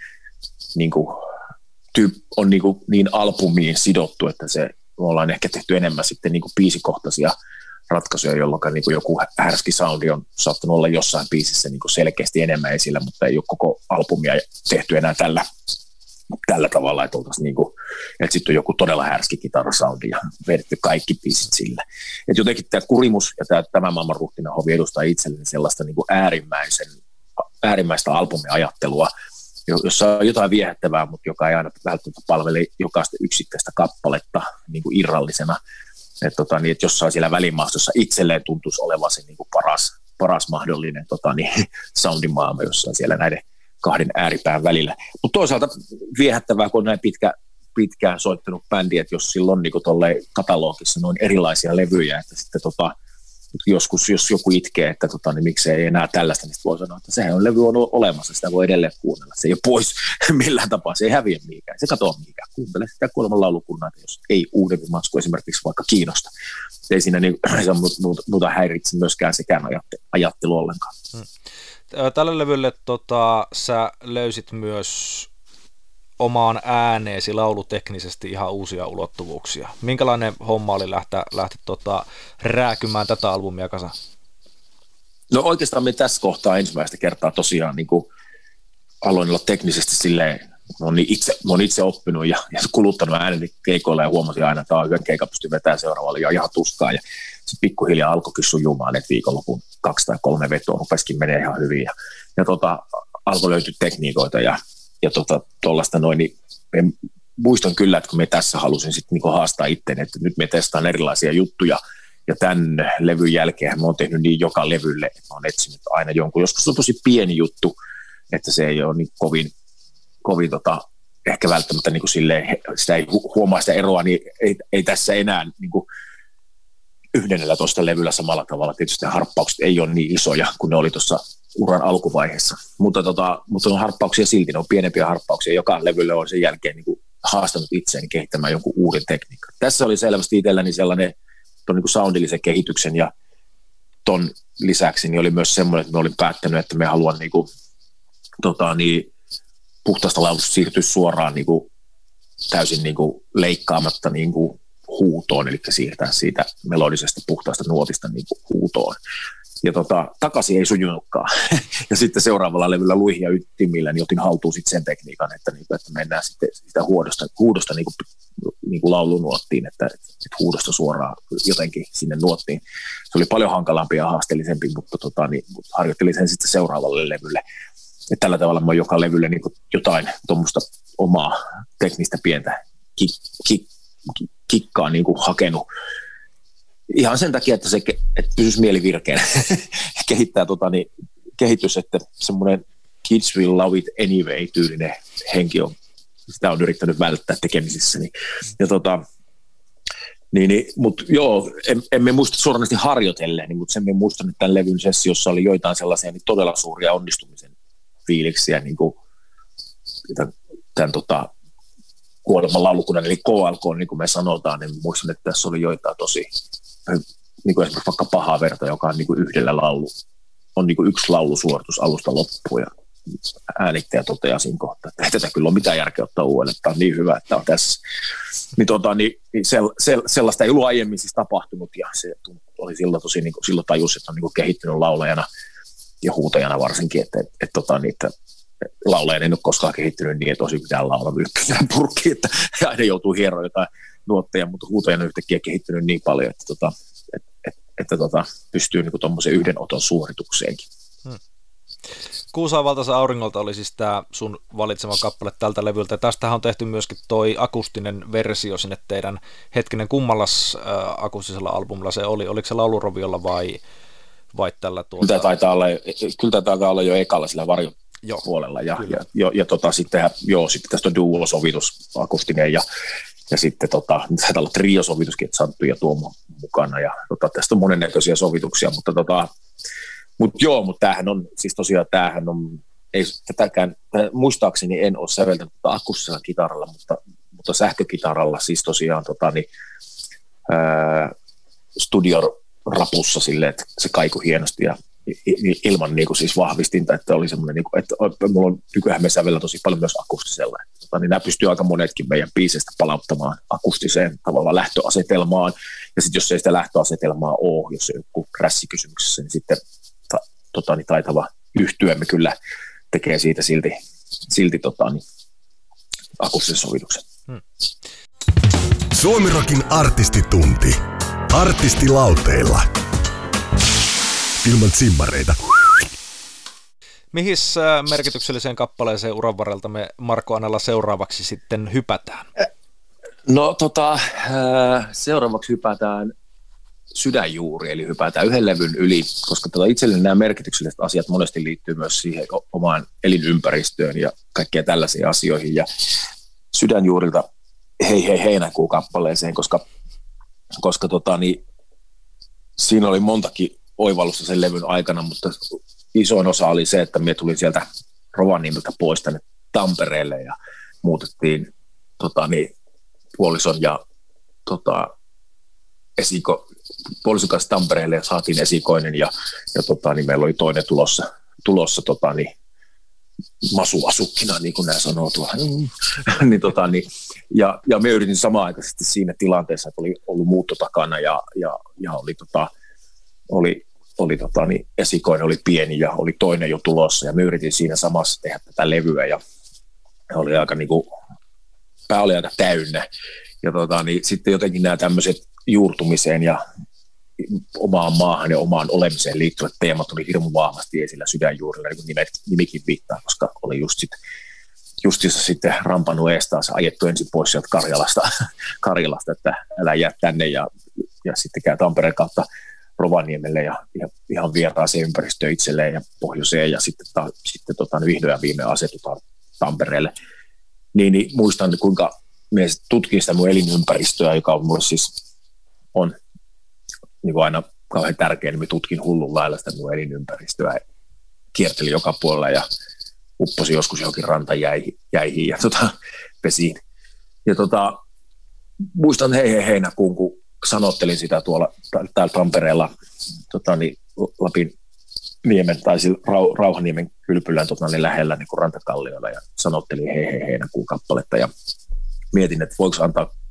albumiin sidottu, että me ollaan ehkä tehty enemmän sitten niinku biisikohtaisia ratkaisuja, jolloin niin joku härski soundi on saattanut olla jossain biisissä niin selkeästi enemmän esillä, mutta ei ole koko albumia tehty enää tällä tavalla, että että sitten on joku todella härski kitarasoundi ja vedetty kaikki biisit sillä. Et jotenkin tämä Kurimus ja tämä Maailman ruhtinaan hovi edustaa itselleen sellaista niin äärimmäistä albumiajattelua, jossa on jotain viehättävää, mutta joka ei aina välttämättä palvele jokaista yksittäistä kappaletta niin kuin irrallisena. Että jossain siellä välimaastossa itselleen tuntuisi olevan se niin kuin paras mahdollinen soundimaailma jossain siellä näiden kahden ääripään välillä. Mutta toisaalta viehättävää, kun on näin pitkään soittanut bändi, että jos sillä on niin kuin katalogissa noin erilaisia levyjä, että sitten joskus jos joku itkee, että niin miksei ei enää tällaista, niin voi sanoa, että sehän levy on olemassa, sitä voi edelleen kuunnella. Se ei ole pois millään tapaa, se ei häviä mihinkään, se katoa mihinkään. Kuuntele sitä Kuoleman laulukunnan, jos ei uudempi matsku esimerkiksi vaikka kiinnosta. Ei siinä se on muuta häiritse myöskään sekään ajattelu ollenkaan. Tällä levylle sä löysit myös omaan ääneesi lauluteknisesti ihan uusia ulottuvuuksia. Minkälainen homma oli lähteä rääkymään tätä albumia kasaan? No oikeastaan me tässä kohtaa ensimmäistä kertaa tosiaan niin kuin aloin olla teknisesti silleen, mä oon itse oppinut ja kuluttanut ääneni keikoilla ja huomasin aina, että yhden keikan pystyi vetämään seuraavalle ja ihan tuskaa. Ja se pikkuhiljaa alkoikin sujumaan, että viikonlopun 2 tai 3 vetoa rupesikin menee ihan hyvin. Ja alkoi löytyä tekniikoita ja tuollaista noin, niin muistan kyllä, että kun me tässä halusin sitten niinku haastaa itseäni, että nyt me testaan erilaisia juttuja, ja tämän levyn jälkeen mä oon tehnyt niin joka levylle, että mä oon etsinyt aina jonkun, joskus on tosi pieni juttu, että se ei ole niin kovin ehkä välttämättä niin kuin silleen, sitä ei huomaa sitä eroa, niin ei tässä enää niin kuin 11 levyllä samalla tavalla, tietysti harppaukset ei ole niin isoja kuin ne oli tuossa uran alkuvaiheessa, mutta on harppauksia silti, ne on pienempiä harppauksia, joka levylle on sen jälkeen niin kuin haastanut itseäni kehittämään jonkun uuden tekniikan. Tässä oli selvästi itselläni sellainen niin kuin soundillisen kehityksen ja ton lisäksi niin oli myös semmoinen, että me olin päättänyt, että me haluan niin kuin, puhtaasta laulusta siirtyä suoraan niin kuin, täysin niin kuin, leikkaamatta niin kuin, huutoon, eli siirtää siitä melodisesta puhtaasta nuotista niin kuin, huutoon. takaisin ei sujunutkaan. Ja sitten seuraavalla levyllä luihin ja ytimillä niin otin haltuun sitten sen tekniikan, että mennään sitten sitä huudosta niin kuin laulunuottiin, että huudosta suoraan jotenkin sinne nuottiin. Se oli paljon hankalampi ja haasteellisempi, mutta harjoittelin sen sitten seuraavalle levylle. Ja tällä tavalla mä oon joka levylle niin kuin jotain tuommoista omaa teknistä pientä kikkaa niin kuin hakenut. Ihan sen takia, että pysyisi mieli virkeänä. Kehittää kehitys, että semmoinen kids will love it anyway -tyylinen henki on. Sitä on yrittänyt välttää tekemisissäni. Mutta joo, emme muista suoranaisesti harjoitelleen, mutta sen me muistan, että tämän levyn sessiossa oli joitain sellaisia niin todella suuria onnistumisen fiiliksiä, niin kuin tämän kuoleman laulukunnan, eli KLK, niin kuin me sanotaan, niin muistan, että tässä oli joitain tosi, niin kuin esimerkiksi vaikka Paha verta, joka on niin kuin yhdellä laulu, on niin kuin yksi laulusuoritus alusta loppuun, ja äänittäjä toteaa siinä kohtaa, että ei tätä kyllä ole mitään järkeä ottaa uudelleen, että tämä on niin hyvä, että on tässä. Sellaista ei ollut aiemmin siis tapahtunut, ja se oli silloin tosi, niin kuin, silloin tajus, että on niin kuin kehittynyt laulajana ja huutajana varsinkin, että laulajan ei ole koskaan kehittynyt niin, että olisi mitään laulaa ylppysään purkkiin, että aina joutuu hieroon jotain nuotteja, mutta huutajana yhtäkkiä kehittynyt niin paljon, että pystyy niin tuommoisen yhden oton suoritukseenkin. Kuusaa valtaisa auringolta oli siis tämä sun valitsema kappale tältä levyltä. Tästähän on tehty myöskin toi akustinen versio sinne teidän hetkinen kummallas akustisella albumilla se oli. Oliko se lauluroviolla vai tällä tuolta? Kyllä taitaa olla jo ekalla sillä varjopuolella. Sitten tästä on duo-sovitus akustinen ja sitten taitaa olla trio-sovituskin, että Santtu ja Tuomo mukana. Ja tästä on monennäköisiä sovituksia, mutta tämähän on, siis tosiaan ei tätäkään, muistaakseni en ole säveltänyt akustisella kitaralla, mutta sähkökitaralla siis tosiaan studiorapussa silleen, että se kaikui hienosti ja ilman niin kuin siis vahvistinta, että oli semmoinen, niin kuin, että mulla on nykyään me sävellä tosi paljon myös akustisella, niin nämä pystyy aika monetkin meidän biiseistä palauttamaan akustiseen tavallaan lähtöasetelmaan, ja sitten jos ei sitä lähtöasetelmaa ole, jos ei ole joku rässikysymyksessä, niin sitten taitava yhtyeemme kyllä tekee siitä silti akustisen sovituksen. Suomirokin artistitunti. Artistilauteilla. Ilman simmareita. Mihin merkitykselliseen kappaleeseen uran varrelta me Marko Anella seuraavaksi sitten hypätään? No seuraavaksi hypätään Sydänjuuri, eli hypätään yhden levyn yli, koska itselleni nämä merkitykselliset asiat monesti liittyy myös siihen omaan elinympäristöön ja kaikkea tällaisiin asioihin. Ja Sydänjuurilta Hei hei heinäkuu kappaleeseen, koska siinä oli montakin oivallusta sen levyn aikana, mutta isoin osa oli se, että minä tulin sieltä Rovaniemeltä pois tänne Tampereelle ja muutettiin puolison ja puolison kanssa Tampereelle ja saatiin esikoinen ja meillä oli toinen tulossa masuasukkina, niin kuin nämä sanoo tuolla. Ja me yritin samaan aikaisesti siinä tilanteessa, että oli ollut muutto takana ja oli esikoinen oli pieni ja oli toinen jo tulossa ja me yritin siinä samassa tehdä tätä levyä ja oli aika pää oli aika täynnä ja sitten jotenkin nämä tämmöiset juurtumiseen ja omaan maahan ja omaan olemiseen liittyvät teemat oli hirmu vahvasti esillä Sydänjuurilla, niin kuin nimikin viittaa, koska oli justiinsa sitten rampannut ees taas ajettu ensin pois sieltä Karjalasta, että älä jää tänne ja sitten käy Tampereen kautta Rovaniemelle ja ihan vieraaseen ympäristöön itselleen ja pohjoiseen ja sitten vihdoin ja viimein asetutaan Tampereelle. Niin muistan, kuinka minä tutkin sitä mun elinympäristöä, joka on mulle siis on niin kuin aina kauhean tärkeä, niin minä tutkin hullun lailla sitä mun elinympäristöä. Kiertelin joka puolella ja upposin joskus johonkin rantajäihin ja vesiin. Ja muistan heinäkuun, kun sanottelin sitä täällä Tampereella Lapin niemen tai Rauhaniemen kylpylän lähellä niin kuin rantakallioilla ja sanottelin heinäkuun kappaletta ja mietin, että voiko antaa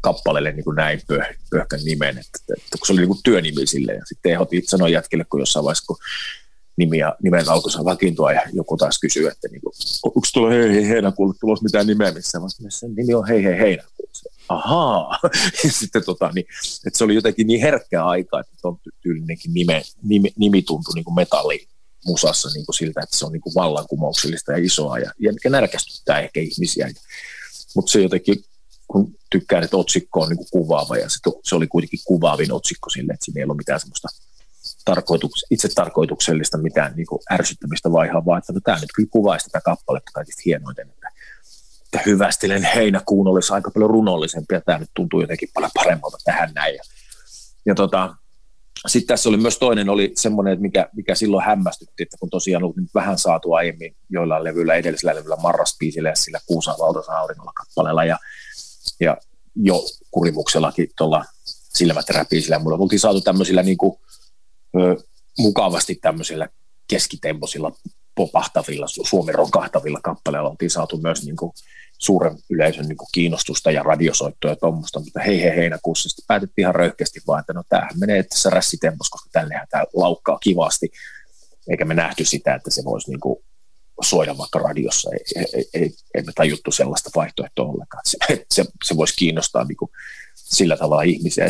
kappaleelle niin kuin näin pöhkän nimen, että kun se oli niin kuin työnimi silleen. Ja sitten ehdotin sanoa jätkille, kun jossain vaiheessa, kun nimen alkoi vakiintua ja joku taas kysyy, että niin kuin, onko tuolla hei heinäkuulle tulossa mitään nimeä missään? Sen nimi on hei heinäkuulle. Ahaa. Ja sitten niin, että se oli jotenkin niin herkkää aikaa, että tuon tyylinenkin nimi tuntui niin kuin metallimusassa niin kuin siltä, että se on niin kuin vallankumouksellista ja isoa ja mikä närkästyttää ehkä ihmisiä. Mutta se jotenkin, kun tykkään, että otsikko on niin kuin kuvaava ja se oli kuitenkin kuvaavin otsikko sille, että siinä ei ollut mitään semmoista itse tarkoituksellista mitään niin kuin ärsyttämistä vaihaa, vaan että tämä nyt kyllä kuvaisi tätä kappaletta kaikista hienoiten, että hyvästelen heinäkuun olisi aika paljon runollisempi ja tämä nyt tuntuu jotenkin paljon paremmalta tähän näin. Ja sitten tässä oli myös toinen, oli semmoinen, että mikä silloin hämmästytti, että kun tosiaan ollut nyt vähän saatu aiemmin joillain levyillä, edellisellä levyllä Marraspiisillä ja sillä Kuusan valtaisen auringolla kappaleella ja jo Kurimuksellakin tuolla Silmäteräpiisillä. Mulla oltiin saatu tämmöisillä niin kuin, mukavasti tämmöisillä keskitemposilla popahtavilla, Suomen rokahtavilla kappaleilla oltiin saatu myös niin kuin suuren yleisön niin kuin kiinnostusta ja radiosoittoja ja tuommoista, mutta heinäkuussa sitten päätettiin ihan röyhkeästi vaan, että no tämähän menee tässä rässitempos, koska tällehän tämä laukkaa kivasti, eikä me nähty sitä, että se voisi niin kuin soida vaikka radiossa, ei me tajuttu sellaista vaihtoehtoa ollenkaan, että se voisi kiinnostaa niin kuin sillä tavalla ihmisiä, ja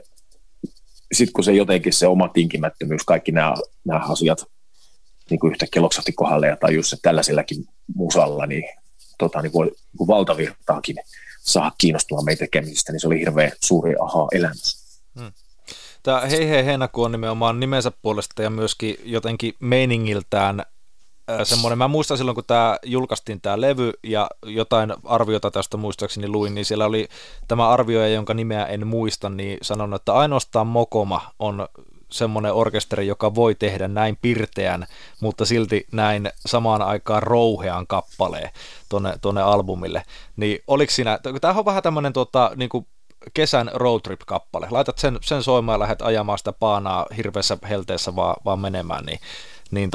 sitten kun se jotenkin se oma tinkimättömyys, kaikki nämä asiat niin kuin yhtäkkiä loksahti kohdalle ja tajus, että tällaisellakin musalla niin voi niin valtavirtaakin saada kiinnostumaan meidän tekemisistä, niin se oli hirveän suuri aha-elämys. Tämä Hei hei heinäkuu on nimenomaan nimensä puolesta ja myöskin jotenkin meiningiltään semmoinen, mä muistan silloin, kun tämä julkaistiin tämä levy ja jotain arviota tästä muistaakseni luin, niin siellä oli tämä arvioija, jonka nimeä en muista, niin sanonut, että ainoastaan Mokoma on semmoinen orkesteri, joka voi tehdä näin pirteän, mutta silti näin samaan aikaan rouhean kappaleen tuonne albumille. Niin oliko siinä, tämä on vähän tämmöinen niin kuin kesän roadtrip-kappale, laitat sen soimaan ja lähdet ajamaan sitä paanaa hirveässä helteessä vaan menemään, niin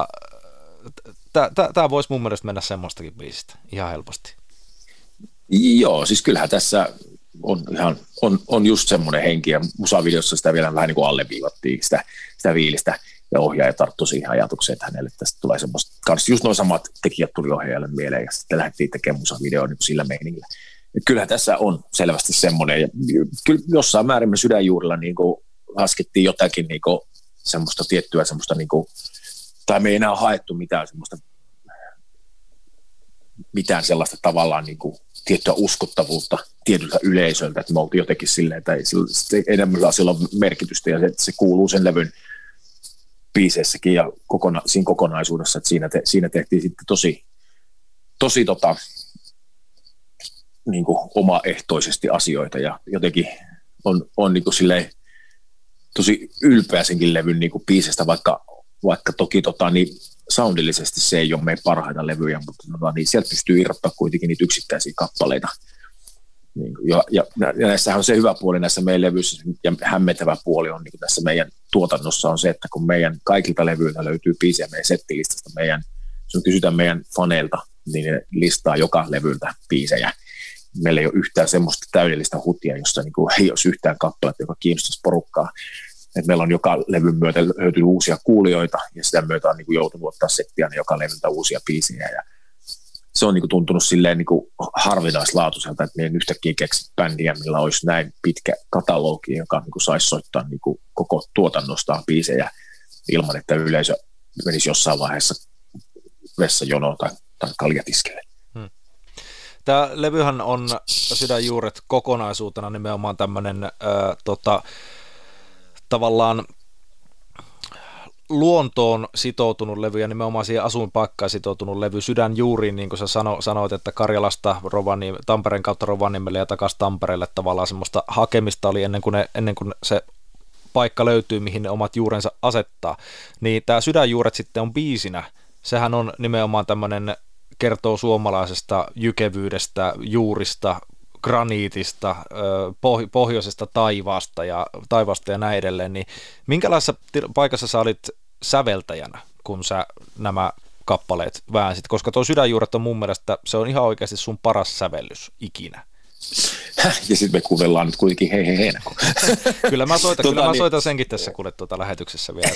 tämä voisi mun mielestä mennä semmoistakin biisistä ihan helposti. Joo, siis kyllähän tässä on just semmoinen henki, ja musavideossa sitä vielä vähän niin kuin alleviivattiin sitä viilistä, ja ohjaaja tarttui siihen ajatukseen, että hänelle tästä tulee semmoista, kanssa just noin samat tekijät tuli ohjaajalle mieleen, ja sitten lähdettiin tekemään musavideoa niin sillä meiningillä. Ja kyllähän tässä on selvästi semmoinen, ja kyllä jossain määrin me sydänjuurilla niin kuin laskettiin jotakin niin kuin semmoista tiettyä semmoista, niin kuin, tai me ei enää haettu mitään sellaista tavallaan niin kuin tiettyä uskottavuutta tietyltä yleisöltä, että me oltiin jotenkin silleen, että ei enemmän sillä ole merkitystä, ja se kuuluu sen levyn biiseissäkin ja siinä kokonaisuudessa, että siinä tehtiin sitten tosi niin kuin omaehtoisesti asioita, ja jotenkin on niin kuin silleen tosi ylpeä senkin levyn niin kuin biisestä, vaikka toki niin soundillisesti se ei ole meidän parhaita levyjä, mutta niin sieltä pystyy irrottaa kuitenkin niitä yksittäisiä kappaleita. Ja näissähän on se hyvä puoli näissä meidän levyissä, ja hämmentävä puoli on niin kuin tässä meidän tuotannossa on se, että kun meidän kaikilta levyiltä löytyy biisejä meidän settilistasta, jos kysytään meidän faneilta, niin ne listaa joka levyltä biisejä. Meillä ei ole yhtään semmoista täydellistä hutia, jossa niin kuin ei olisi yhtään kappaletta, joka kiinnostaisi porukkaa. Et meillä on joka levyn myötä löytynyt uusia kuulijoita, ja sitä myötä on niin kuin joutunut ottaa settiä joka levyltä uusia biisejä. Ja se on niin kuin tuntunut silleen niin kuin harvinaislaatuiselta, että me en yhtäkkiä keksi bändiä, millä olisi näin pitkä katalogi, joka niin kuin saisi soittaa niin kuin koko tuotannostaan biisejä ilman, että yleisö menisi jossain vaiheessa vessajonoon tai kaljatiskelle. Tämä levyhän on Sydänjuuret kokonaisuutena nimenomaan tämmöinen tavallaan luontoon sitoutunut levy ja nimenomaan siihen asuinpaikkaan sitoutunut levy Sydänjuuriin, niin kuin sä sanoit, että Karjalasta Tampereen kautta Rovaniemelle ja takaisin Tampereelle tavallaan semmoista hakemista oli ennen kuin se paikka löytyy, mihin ne omat juurensa asettaa. Niin tämä Sydänjuuret sitten on biisinä, sehän on nimenomaan tämmöinen, kertoo suomalaisesta jykevyydestä, juurista, graniitista, pohjoisesta taivaasta ja näin edelleen, niin minkälaisessa paikassa sä olit säveltäjänä, kun sä nämä kappaleet väänsit, koska tuo Sydänjuuret on mun mielestä, se on ihan oikeasti sun paras sävellys ikinä. Ja sitten me kuunnellaan nyt kuitenkin hei heinäkuu. Kyllä mä soitan senkin tässä kuule lähetyksessä vielä.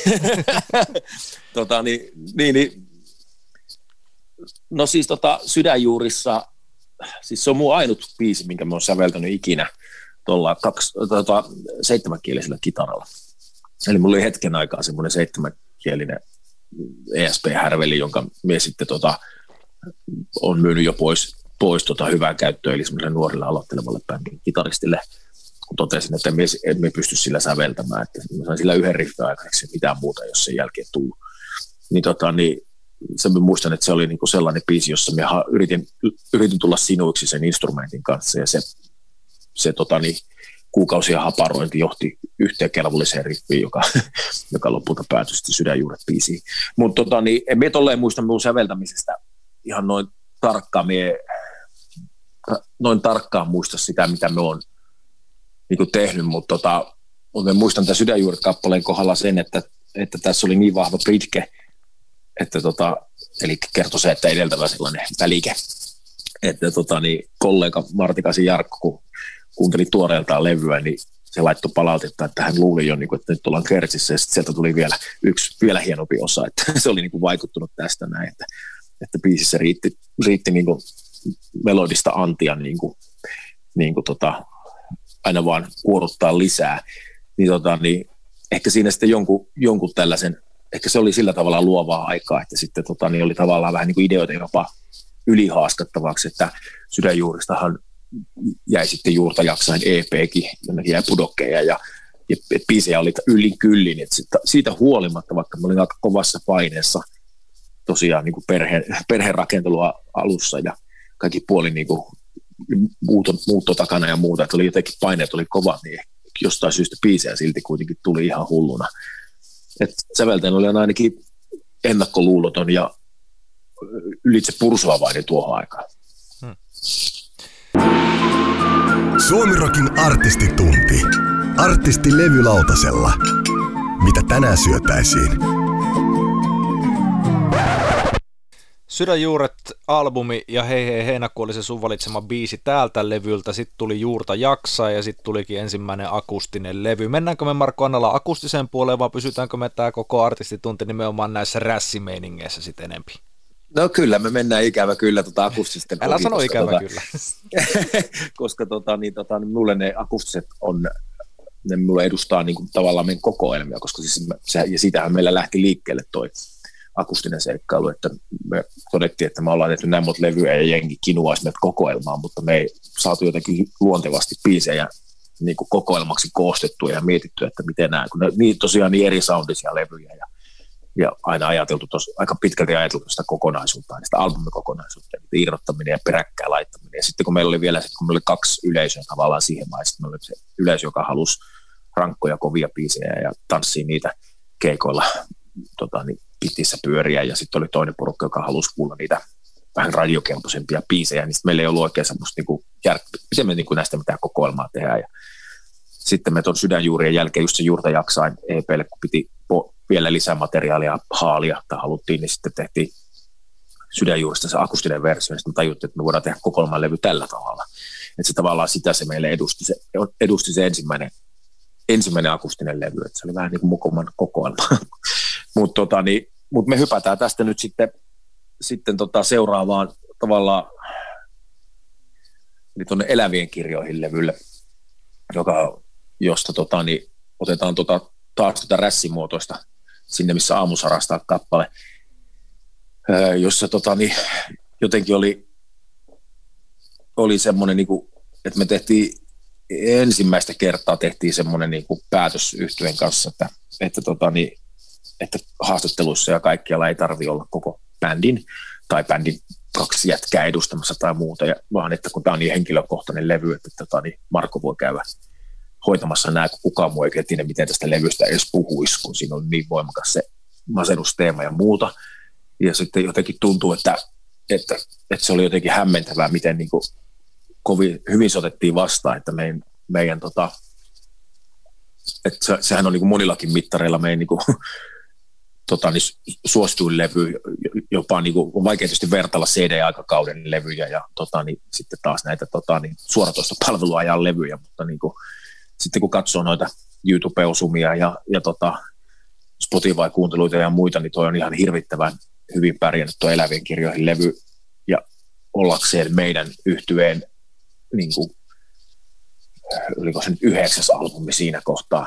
No siis Sydänjuurissa, siis se on mun ainut biisi, minkä mä oon säveltänyt ikinä tuolla 7-kielisellä kitaralla. Eli mulla oli hetken aikaa semmoinen 7-kielinen ESP-härveli, jonka mies sitten on myynyt jo pois hyvään käyttöön, eli semmoiselle nuorille aloittelevalle bändin kitaristille, kun totesin, että emme pysty sillä säveltämään, että mä sain sillä yhden riffin aikaiseksi mitään muuta, jos sen jälkeen tullut. Niin mä muistan, että se oli niinku sellainen biisi, jossa mä yritin tulla sinuiksi sen instrumentin kanssa, ja se kuukausien haparointi johti yhteen kelvolliseen riffiin, joka lopulta päätyi sitten Sydänjuuret biisiin. Mutta en mä tolleen muista mun säveltämisestä ihan noin tarkkaan muista sitä, mitä me on niinku tehnyt, mutta mä muistan tämän Sydänjuuret-kappaleen kohdalla sen, että tässä oli niin vahva britke, että eli kertoi se, että edeltävä sellainen välike, että kollega Martikaisen Jarkko, kun kuunteli tuoreeltaan levyä, niin se laittoi palautetta, että hän luuli jo, että nyt ollaan kertsissä, ja sitten sieltä tuli vielä hienompi osa, että se oli niin kuin vaikuttunut tästä näin, että biisissä riitti niin kuin melodista antia niin kuin aina vaan kuoruttaa lisää, niin ehkä siinä sitten jonkun tällaisen, ehkä se oli sillä tavalla luovaa aikaa, että sitten niin oli tavallaan vähän niin kuin ideoita jopa ylihaaskattavaksi, että Sydänjuuristahan jäi sitten juurta jaksain EP:kin, jonnekin jäi pudokkeja ja biisejä oli yllin kyllin, että siitä huolimatta, vaikka mä olin aika kovassa paineessa tosiaan niin kuin perherakentelua alussa ja kaikki puoli niin kuin muutto takana ja muuta, että oli jotenkin paineet oli kovat, niin jostain syystä biisejä silti kuitenkin tuli ihan hulluna. Että säveltäjän oli ainakin ennakkoluuloton ja ylitse pursuavainen tuohon aikaan. Suomirokin artistitunti. Artisti levylautasella. Mitä tänään syötäisiin? Sydänjuuret-albumi ja hei hei heinäkuu oli se sun valitsema biisi täältä levyltä, sitten tuli Juurta jaksaa ja sitten tulikin ensimmäinen akustinen levy. Mennäänkö me Marko Annala akustiseen puoleen vai pysytäänkö me tämä koko artistitunti nimenomaan näissä rässimeiningeissä sitten enempi? No kyllä, me mennään ikävä kyllä akustisten Älä sano ikävä kyllä. Koska mulle ne akustiset ne mulle edustaa niin kuin tavallaan meidän kokoelmia, koska siis ja siitähän meillä lähti liikkeelle toi akustinen seikkailu, että me todettiin, että me ollaan tehty näin monta levyä ja jengi kinuaisi meitä kokoelmaan, mutta me ei saatu jotenkin luontevasti biisejä niin kuin kokoelmaksi koostettua ja mietitty, että miten nämä, kun ne tosiaan niin eri soundisia levyjä ja aina ajateltu aika pitkälti ajateltu sitä kokonaisuutta, sitä albumikokonaisuutta, irrottaminen ja peräkkään laittaminen. Ja sitten kun meillä oli vielä, kun meillä oli 2 yleisöä tavallaan siihen vaiheessa, meillä oli se yleisö, joka halusi rankkoja, kovia biisejä ja tanssii niitä keikoilla pitissä pyöriä, ja sitten oli toinen porukka, joka halusi kuulla niitä vähän radiokelpoisempia biisejä, niin sitten meillä ei ollut oikein semmoista, miten me näistä mitään kokoelmaa tehdään. Ja sitten me tuon Sydänjuurien jälkeen just se Juurta jaksain EP:lle, kun piti vielä lisää materiaalia haalia, tai haluttiin, niin sitten tehtiin Sydänjuurista se akustinen versio, ja sitten me tajuttiin, että me voidaan tehdä kokoelman levy tällä tavalla. Että se tavallaan sitä se meille edusti se ensimmäinen akustinen levy, että se oli vähän niin kuin mukoman kokoelma. Mutta me hypätään tästä nyt sitten seuraavaan tavallaan eli tuonne Elävien kirjoihin levylle, josta otetaan taas rässimuotoista sinne, missä aamu sarastaa kappale, jossa jotenkin oli semmoinen, että me tehtiin ensimmäistä kertaa semmoinen päätös yhtyeen kanssa, että haastatteluissa ja kaikkialla ei tarvitse olla koko bändin tai bändin 2 jätkää edustamassa tai muuta, vaan että kun tämä on niin henkilökohtainen levy, että Marko voi käydä hoitamassa nämä, kun kukaan muu ei tiedä, miten tästä levystä edes puhuisi, kun siinä on niin voimakas se masennusteema ja muuta. Ja sitten jotenkin tuntuu, että se oli jotenkin hämmentävää, miten hyvin se otettiin vastaan, että meidän että sehän on monillakin mittareilla meidän suosituin levy, jopa niin kuin, on vaikea tietysti vertailla CD-aikakauden levyjä ja sitten taas näitä suoratoista palveluajan levyjä, mutta niin kuin, sitten kun katsoo noita YouTube-osumia ja Spotify-kuunteluita ja muita, niin toi on ihan hirvittävän hyvin pärjännyt tuo Elävien kirjoihin levy ja ollakseen meidän yhtyeen niin kuin, oliko se nyt 9. albumi siinä kohtaa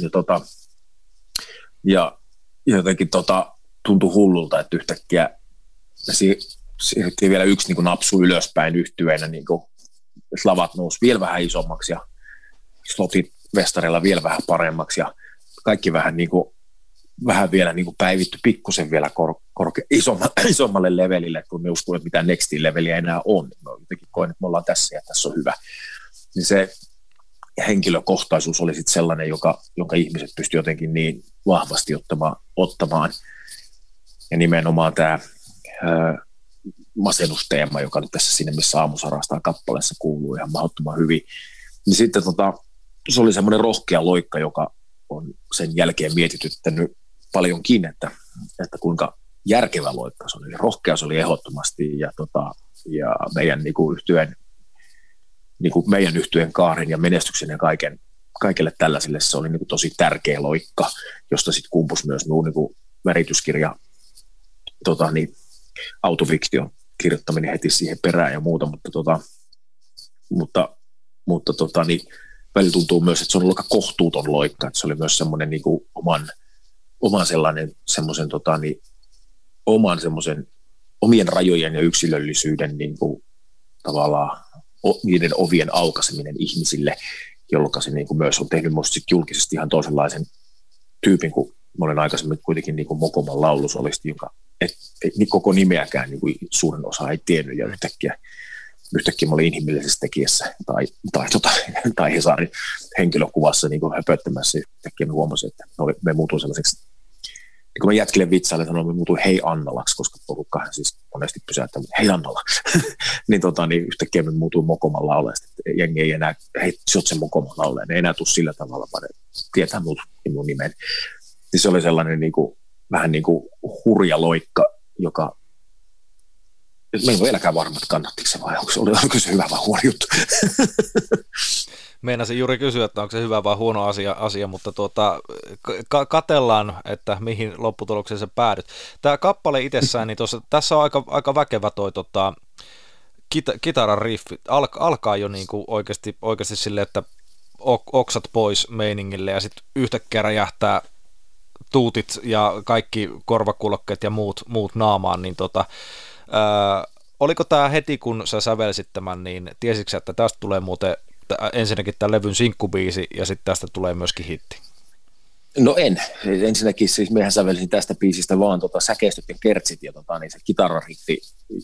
ja jotenkin tuntui hullulta, että yhtäkkiä siirryttiin vielä yksi niin kuin napsu ylöspäin yhtyeenä, niin kuin, lavat nousi vielä vähän isommaksi ja slotit vestarilla vielä vähän paremmaksi ja kaikki vähän, niin kuin, vähän vielä niin kuin päivitty pikkusen vielä isommalle levelille, kun me uskon, että mitään nextin leveliä enää on. Mä jotenkin koen, että me ollaan tässä ja tässä on hyvä. Niin se henkilökohtaisuus oli sitten sellainen, jonka ihmiset pystyivät jotenkin niin vahvasti ottamaan. Ja nimenomaan tämä masennusteema, joka nyt tässä sinne, missä aamusarastaa kappaleessa kuuluu ihan mahdottoman hyvin. Niin sitten se oli semmoinen rohkea loikka, joka on sen jälkeen mietityttänyt paljonkin, että kuinka järkevä loikka se oli. Rohkea se oli ehdottomasti ja meidän niin kuin yhtyeen niin kuin meidän yhtyeen kaaren ja menestyksen ja kaikelle tällaiselle se oli niin kuin tosi tärkeä loikka, josta sitten kumpus myös minun niin kuin värityskirja, autofiktion kirjoittaminen heti siihen perään ja muuta, mutta välillä tuntuu myös, että se on ollut aika kohtuuton loikka, että se oli myös semmoinen niin kuin oman sellainen semmoisen oman semmoisen omien rajojen ja yksilöllisyyden niin kuin tavallaan niiden ovien aukaiseminen ihmisille, jolloin se niin kuin myös on tehnyt minusta julkisesti ihan toisenlaisen tyypin, kuin mä olen aikaisemmin kuitenkin niin kuin Mokoman laulusolisti, jonka koko nimeäkään niin kuin suurin osa ei tiennyt, ja yhtäkkiä mä olin inhimillisessä tekijässä tai Hesarin henkilökuvassa niin kuin höpöttämässä, yhtäkkiä mä huomasin, että me muutuin sellaiseksi, niin kun mä jätkille vitsaille sanoin, me muutuin hei Annalaksi, koska porukkahan siis monesti pysäyttää, hei Annala, niin yhtäkkiä me muutuin Mokoman laulajasta, että jengi ei enää, hei sä oot sen Mokoman laulaja, ne ei enää tule sillä tavalla, vaan tietää mun nimen. Niin se oli sellainen niin kuin, vähän niin kuin hurja loikka, joka me ei ole vieläkään varma, että kannattiko se vai oliko se hyvä vai huono juttu. Meinasin juuri kysyä, että onko se hyvä vai huono asia mutta katellaan, että mihin lopputulokseen se päädyt. Tämä kappale itsessään, niin tässä on aika väkevä toi kitaran riffi. Alkaa jo niinku oikeasti silleen, että oksat pois meiningille ja sitten yhtäkkiä räjähtää tuutit ja kaikki korvakulokkeet ja muut naamaan, niin oliko tämä heti, kun sä sävelsit tämän, niin tiesitkö että tästä tulee muuten ensinnäkin tämän levyn sinkkubiisi ja sitten tästä tulee myöskin hitti? No en. Ensinnäkin siis mehän sävelsin tästä biisistä vaan säkeistöt ja kertsit ja niin se kitarariffi,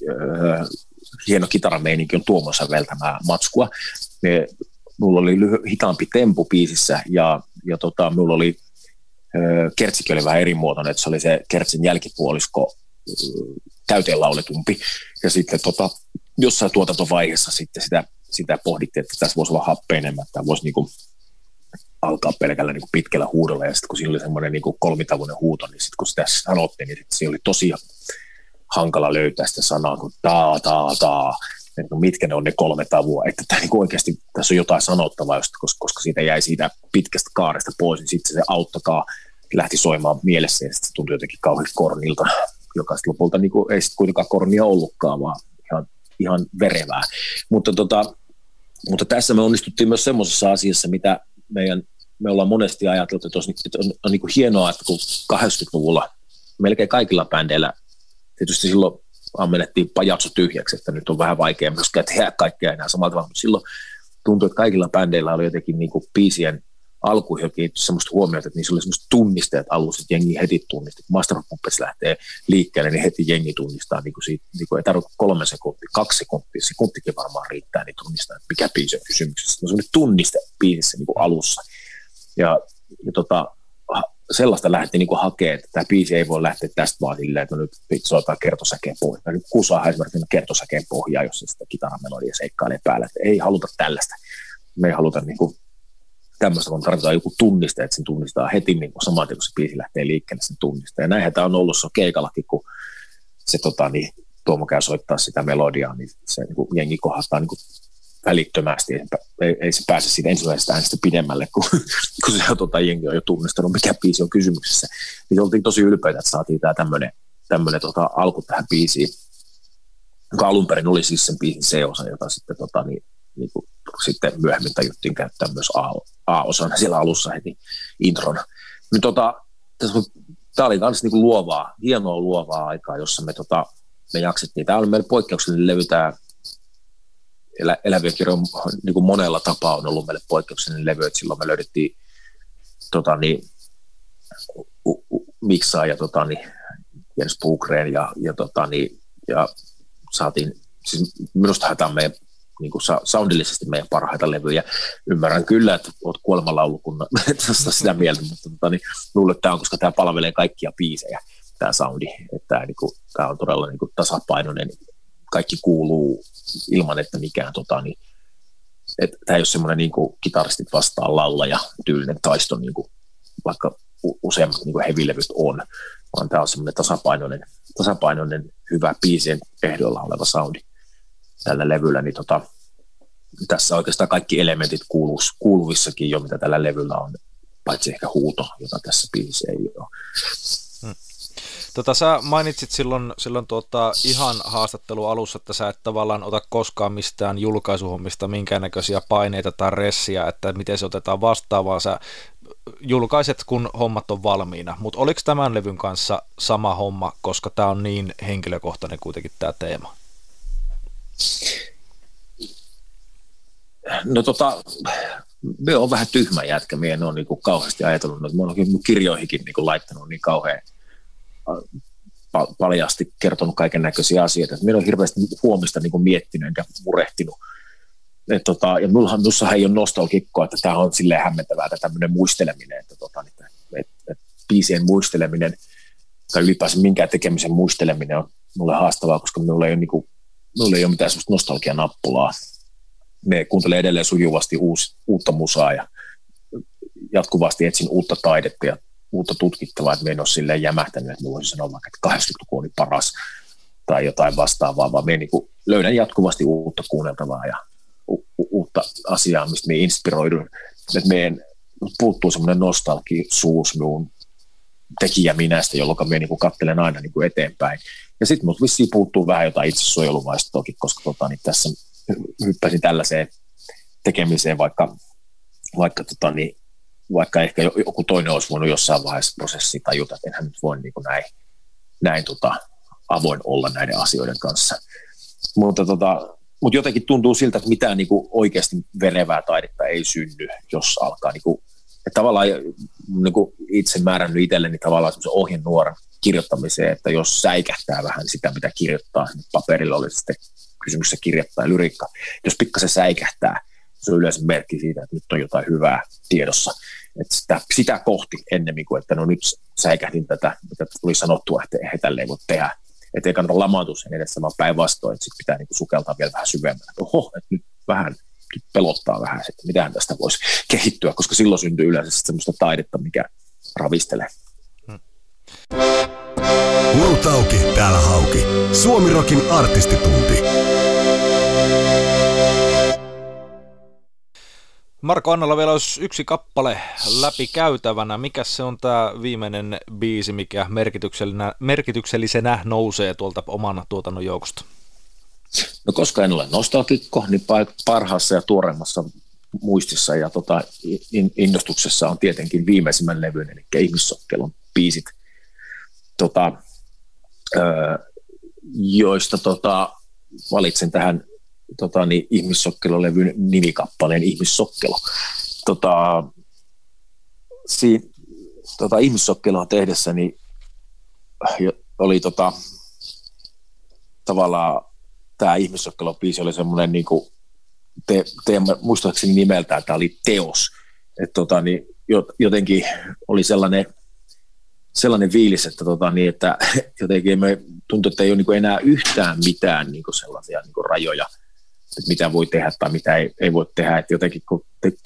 hieno kitarameininki on Tuomon säveltämää matskua. Mulla oli hitaampi tempo biisissä ja mulla oli kertsikin oli vähän eri muotoinen, että se oli se kertsin jälkipuolisko täyteen lauletumpi ja sitten jossain tuotantovaiheessa sitten sitä pohdittiin, että tässä voisi olla happea enemmän, että voisi niinku alkaa pelkällä niinku pitkällä huudolla ja sitten kun siinä oli semmoinen niinku kolmitavuinen huuto, niin sitten kun sitä sanottiin, niin se oli tosi hankala löytää sitä sanaa kuin taa, että mitkä ne on ne 3 tavua, että tämä niinku oikeasti tässä on jotain sanottavaa, koska siitä jäi siitä pitkästä kaaresta pois, niin sitten se auttakaa lähti soimaan mielessä ja sitten se tuntui jotenkin kauhean kornilta, joka sitten lopulta niinku, ei sitten kuitenkaan kornia ollutkaan, vaan ihan verevää. Mutta tässä me onnistuttiin myös semmoisessa asiassa, mitä me ollaan monesti ajateltu, että on niin kuin hienoa, että kun 80-luvulla melkein kaikilla bändeillä, tietysti silloin ammennettiin pajatso tyhjäksi, että nyt on vähän vaikea myöskään tehdä kaikkea enää samalla tavalla, mutta silloin tuntui, että kaikilla bändeillä oli jotenkin niin kuin biisien alkuihin jokin semmoista huomiota, että niissä oli semmoista tunnisteet alussa, että jengi heti tunnisti. Kun Master of Puppets lähtee liikkeelle, niin heti jengi tunnistaa, niin kuin ei tarvitse 3 sekuntia, 2 sekuntia, sekuntikin varmaan riittää, niin tunnistaa, että mikä biisi on kysymyksessä. Se on semmoinen tunniste biisissä niin kuin alussa. Ja sellaista lähdettiin niin hakemaan, että tämä biisi ei voi lähteä tästä vaan silleen, että nyt soitetaan kertosäkeen pohjaa. Nyt Kusaa esimerkiksi kertosäkeen pohjaa, jossa sitä kitaramelodia seikkailee päällä, että ei haluta tällaista. Me ei haluta niin kuin tämmöistä, kun tarvitaan joku tunniste, että sen tunnistaa heti niin kuin saman tien, kun se biisi lähtee liikkeelle sen tunniste. Ja näinhän tämä on ollut se keikallakin, kun se Tuomo käy soittaa sitä melodiaa, niin se niin kuin jengi kohdastaa niin kuin välittömästi, ei se pääse siitä ensimmäisestä äänestä pidemmälle, kun se jengi on jo tunnistanut, mikä biisi on kysymyksessä. Niin oltiin tosi ylpeitä, että saatiin tämä tämmöinen alku tähän biisiin, joka alun perin oli siis sen biisin C-osa, jota sitten, niin kuin, sitten myöhemmin tajuttiin käyttää myös A-osana siellä alussa heti introna. Niin tämä oli myös niin kuin hienoa luovaa aikaa, jossa me jaksettiin. Tämä oli meille poikkeuksellinen levy, tämä Elävien kirjojen niin kuin monella tapaa on ollut meille poikkeuksellinen levy, että silloin me löydettiin Miksaa ja Jens Bugreen ja saatiin, siis minustahan tämä on meidän niin kuin soundillisesti meidän parhaita levyjä. Ymmärrän kyllä, että olet kuolemanlaulukunnan sitä mieltä, mutta luulen, että tämä on, koska tämä palvelee kaikkia biisejä, tämä soundi. Että tämä on todella niin kuin tasapainoinen, kaikki kuuluu ilman, että mikään että tämä ei ole semmoinen niin kuin kitaristit vastaan laulaja tyylinen taisto, niin kuin vaikka useimmat niin kuin heavy-levyt on, vaan tämä on semmoinen tasapainoinen hyvä biisien ehdolla oleva soundi tällä levyllä, niin tässä oikeastaan kaikki elementit kuuluvissakin jo, mitä tällä levyllä on, paitsi ehkä huuto, jota tässä biisissä ei ole. Sä mainitsit silloin ihan haastattelun alussa, että sä et tavallaan ota koskaan mistään julkaisuhommista minkäännäköisiä paineita tai ressiä, että miten se otetaan vastaan, vaan sä julkaiset, kun hommat on valmiina. Mutta oliko tämän levyn kanssa sama homma, koska tämä on niin henkilökohtainen kuitenkin tämä teema? No me on vähän tyhmä jätkä, me en ole niinku kauheasti ajatellut, että mä oon mun kirjoihinkin niinku laittanut niin kauhean paljasti kertonut kaiken näköisiä asioita. Me on hirveästi huomista niinku miettinyt enkä murehtinut. Ja minussa ei ole nostalgikkoa, että tämä on silleen hämmentävää, että tämmöinen muisteleminen, että biisien muisteleminen tai ylipäänsä minkään tekemisen muisteleminen on mulle haastavaa, koska minulla ei ole mitään sellaista nostalgianappulaa. Me kuuntelee edelleen sujuvasti uutta musaa ja jatkuvasti etsin uutta taidetta ja uutta tutkittavaa, että me en ole silleen jämähtänyt, että voisin sanoa vaikka, että 80-luku oli paras tai jotain vastaavaa, vaan me niin löydän jatkuvasti uutta kuunneltavaa ja uutta asiaa, mistä me inspiroidun. Että meidän puuttuu semmoinen nostalgisuus minun tekijäminästä, jolloin me niin katselen aina niin eteenpäin. Ja sitten minulta vissiin puuttuu vähän jotain itsesuojeluvaistoakin, koska tässä hyppäsin tällaiseen tekemiseen, vaikka ehkä joku toinen olisi voinut jossain vaiheessa prosessia tajuta, että enhän nyt voi niin näin avoin olla näiden asioiden kanssa. Mutta jotenkin tuntuu siltä, että mitään niin kuin oikeasti verevää taidetta ei synny, jos alkaa että tavallaan niin kuin itse määrännyt itselleni tavallaan semmoisen ohjenuoran kirjoittamiseen, että jos säikähtää vähän sitä, mitä kirjoittaa sinne paperille, oli sitten kysymyksessä kirja tai lyriikka, jos pikkasen säikähtää, se on yleensä merkki siitä, että nyt on jotain hyvää tiedossa. Että sitä kohti ennemmin kuin, että no nyt säikähdin tätä, mitä tuli sanottua, että ei tälleen voi tehdä. Että ei kannata lamaantua sen edessä, vaan päinvastoin, että sitten pitää sukeltaa vielä vähän syvemmälle. Oho, että nyt pelottaa vähän, että mitähän tästä voisi kehittyä, koska silloin syntyy yleensä semmoista taidetta, mikä ravistelee. Urutauki, täällä Hauki. Suomi-rokin artistitunti. Marko Annalla vielä olisi yksi kappale läpi käytävänä. Mikä se on tämä viimeinen biisi, mikä merkityksellisenä nousee tuolta oman tuotannon joukosta? No koska en ole nostalgikko, niin parhaassa ja tuoreimmassa muistissa ja innostuksessa on tietenkin viimeisimmän levyn, eli Ihmissokkelon biisit, joista valitsen tähän Ihmissokkelolevyn nimikappaleen Ihmissokkelo. Ihmissokkeloa tehdessäni oli tavallaan tämä Ihmissokkelo-biisi oli semmoinen niinku muistaakseni nimeltään tämä oli teos. Jotenkin oli sellainen fiilis, että jotenkin me tuntui, että ei ole niinku enää yhtään mitään niinku sellaisia niinku rajoja, että mitä voi tehdä tai mitä ei voi tehdä. Että jotenkin kun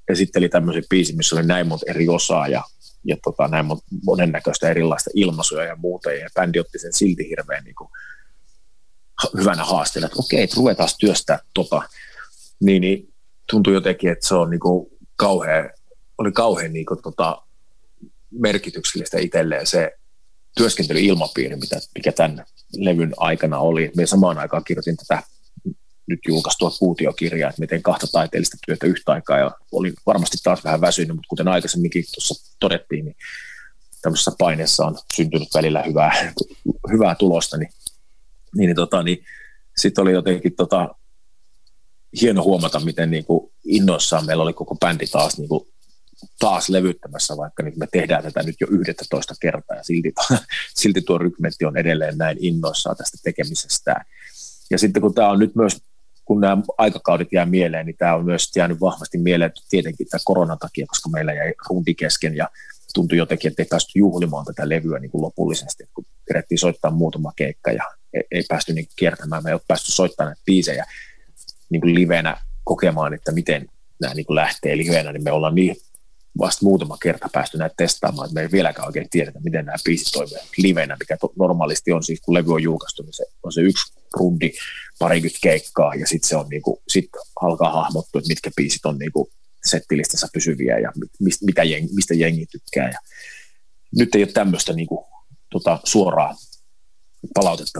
esitteli tämmöisen biisin, missä oli näin monta eri osaa ja näin monennäköistä erilaista ilmaisuja ja muuta, ja bändi otti sen silti hirveän niin kuin hyvänä haasteena, että okei, että ruvetaan työstää niin tuntui jotenkin, että se on niin kuin kauhean niin kuin merkityksellistä itselleen se työskentelyilmapiiri, mikä tämän levyn aikana oli. Me samaan aikaan kirjoitin tätä nyt julkaistua Kuutio-kirjaa, että miten kahta taiteellista työtä yhtä aikaa, ja olin varmasti taas vähän väsynyt, mutta kuten aikaisemminkin tuossa todettiin, niin tämmöisessä paineessa on syntynyt välillä hyvää tulosta, niin sitten oli jotenkin hieno huomata, miten niin kuin innoissaan meillä oli koko bändi taas, niin kuin, taas levyttämässä, vaikka nyt me tehdään tätä nyt jo 11 kertaa, ja silti tuo rykmentti on edelleen näin innoissaan tästä tekemisestä. Ja sitten kun tämä on nyt myös, kun nämä aikakaudet jää mieleen, niin tämä on myös jäänyt vahvasti mieleen tietenkin tämän koronan takia, koska meillä jäi rundi kesken ja tuntui jotenkin, että ei päästy juhlimaan tätä levyä niin kuin lopullisesti, että kun kerettiin soittaa muutama keikka ja ei päästy niin kiertämään, me ei ole päästy soittamaan näitä biisejä niin kuin livenä kokemaan, että miten nämä niin kuin lähtee livenä, niin me ollaan niin vasta muutama kerta päästy näitä testaamaan, että me ei vieläkään oikein tiedetä, miten nämä biisit toimivat livenä, mikä normaalisti on siis, kun levy on julkaistu, niin se on se yksi rundi, parikymmentä keikkaa, ja sitten se on niinku, sit alkaa hahmottua, että mitkä biisit on niinku settilistassa pysyviä, ja mistä jengi tykkää. Ja nyt ei ole tämmöistä niinku, suoraa palautetta,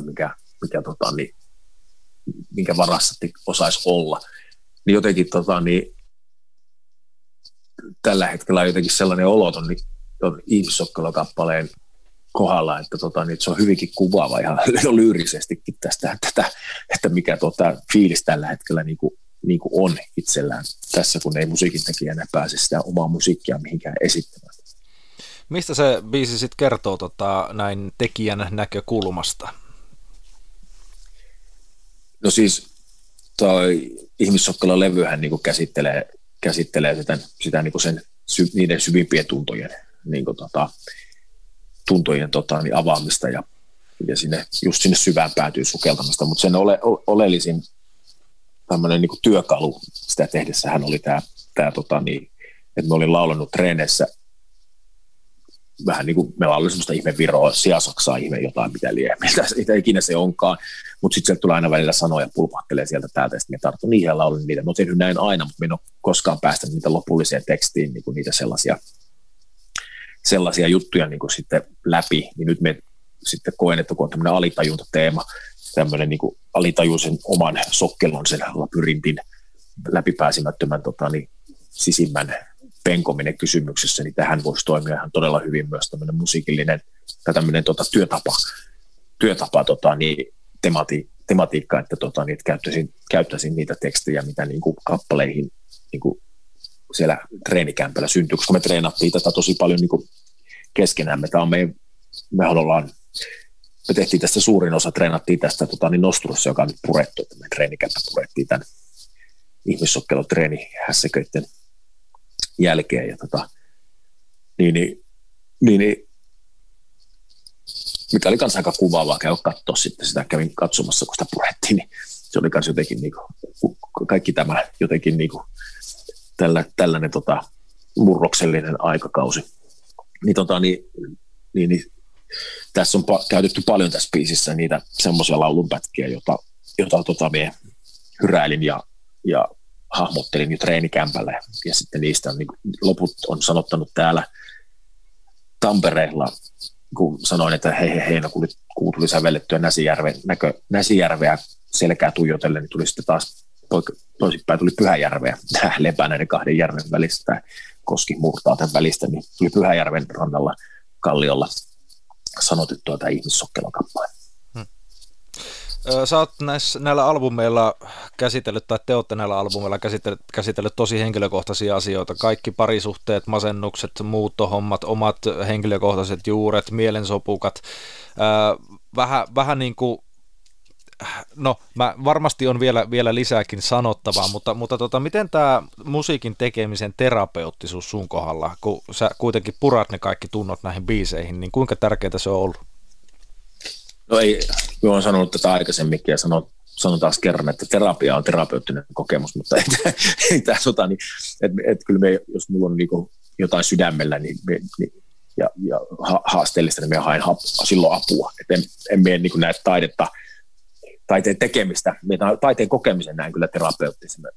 minkä varassa osaisi olla. Niin jotenkin tällä hetkellä on jotenkin sellainen olo ton Ihmissokkelo-kappaleen kohdalla, että se on hyvinkin kuvaava ihan lyyrisestikin tästä, että mikä fiilis tällä hetkellä niin kuin on itsellään tässä, kun ei musiikintekijänä pääse sitä omaa musiikkia mihinkään esittämään. Mistä se biisi sitten kertoo näin tekijän näkökulmasta? No siis toi Ihmissokkelo-levyhän niin kuin käsittelee sitä niin kuin niiden syvimpien tuntojen niin avaamista ja just sinne syvään päätyy sukeltamista, mutta sen oleellisin tämmöinen niin kuin työkalu sitä tehdessähän oli tämä että me olin laulanut treeneissä vähän niin kuin, meillä oli semmoista ihme viroa, sijasaksaa, ihme jotain, mitä ikinä se onkaan, mutta sitten sieltä tulee aina välillä sanoja, pulpahtelee sieltä täältä, ja sitten me tartun niihin ja laulun niitä. Mä oon tehnyt näin aina, mutta me en ole koskaan päästänyt niitä lopulliseen tekstiin, niin kuin niitä sellaisia juttuja niin kuin sitten läpi, niin nyt me sitten koen, että kun on tämmöinen alitajuntateema, tämmöinen niin kuin alitajuisen oman sokkelon, sen labyrintin läpipääsemättömän sisimmän penkominen kysymyksessä, niin tähän voisi toimia ihan todella hyvin myös tämmöinen musiikillinen tai tämmöinen työtapa tematiikka, että käyttäisin niitä tekstejä, mitä niin kuin kappaleihin niin kuin siellä treenikämpällä syntyy, koska me treenattiin tätä tosi paljon niin kuin keskenämme. Me tehtiin tästä suurin osa, treenattiin tästä Nostrussa, joka on nyt purettu, että me treenikämpä purettiin tämän Ihmissokkelo-treenihässäköiden jälkeen. Ja mikä oli kanssa aika kuvaavaa käydä katsoa sitten sitä, kävin katsomassa, kun sitä purettiin, niin se oli kanssa jotenkin kaikki tämä jotenkin tällainen murroksellinen aikakausi. Niin tässä on käytetty paljon tässä biisissä niitä semmoisia laulunpätkiä, jota me hyräilin ja hahmottelin jo treenikämpällä, ja sitten niistä on, loput on sanottanut täällä Tampereella, kun sanoin, että hei, no kun tuli sävellettyä Näsijärveä selkää tuijotellen, niin tuli sitten taas toisinpäin tuli Pyhäjärveä, lepää näiden kahden järven välistä, koski murtaa tämän välistä, niin tuli Pyhäjärven rannalla kalliolla sanotettua tämä Ihmissokkelo-kappale. Sä oot näillä albumeilla käsitellyt, tai te olette näillä albumeilla käsitellyt tosi henkilökohtaisia asioita. Kaikki parisuhteet, masennukset, muuttohommat, omat henkilökohtaiset juuret, mielensopukat. Vähän niin kuin, no varmasti on vielä lisääkin sanottavaa, mutta miten tämä musiikin tekemisen terapeuttisuus sun kohdalla, kun sä kuitenkin purat ne kaikki tunnot näihin biiseihin, niin kuinka tärkeää se on ollut? No ei, mä oon sanonut tätä aikaisemminkin ja sanon taas kerran, että terapia on terapeuttinen kokemus, mutta ei tämä kyllä me, jos mulla on niinku jotain sydämellä ja haasteellista, niin me haen silloin apua. En mene niin näe taiteen tekemistä, taiteen kokemisen näin kyllä terapeuttisena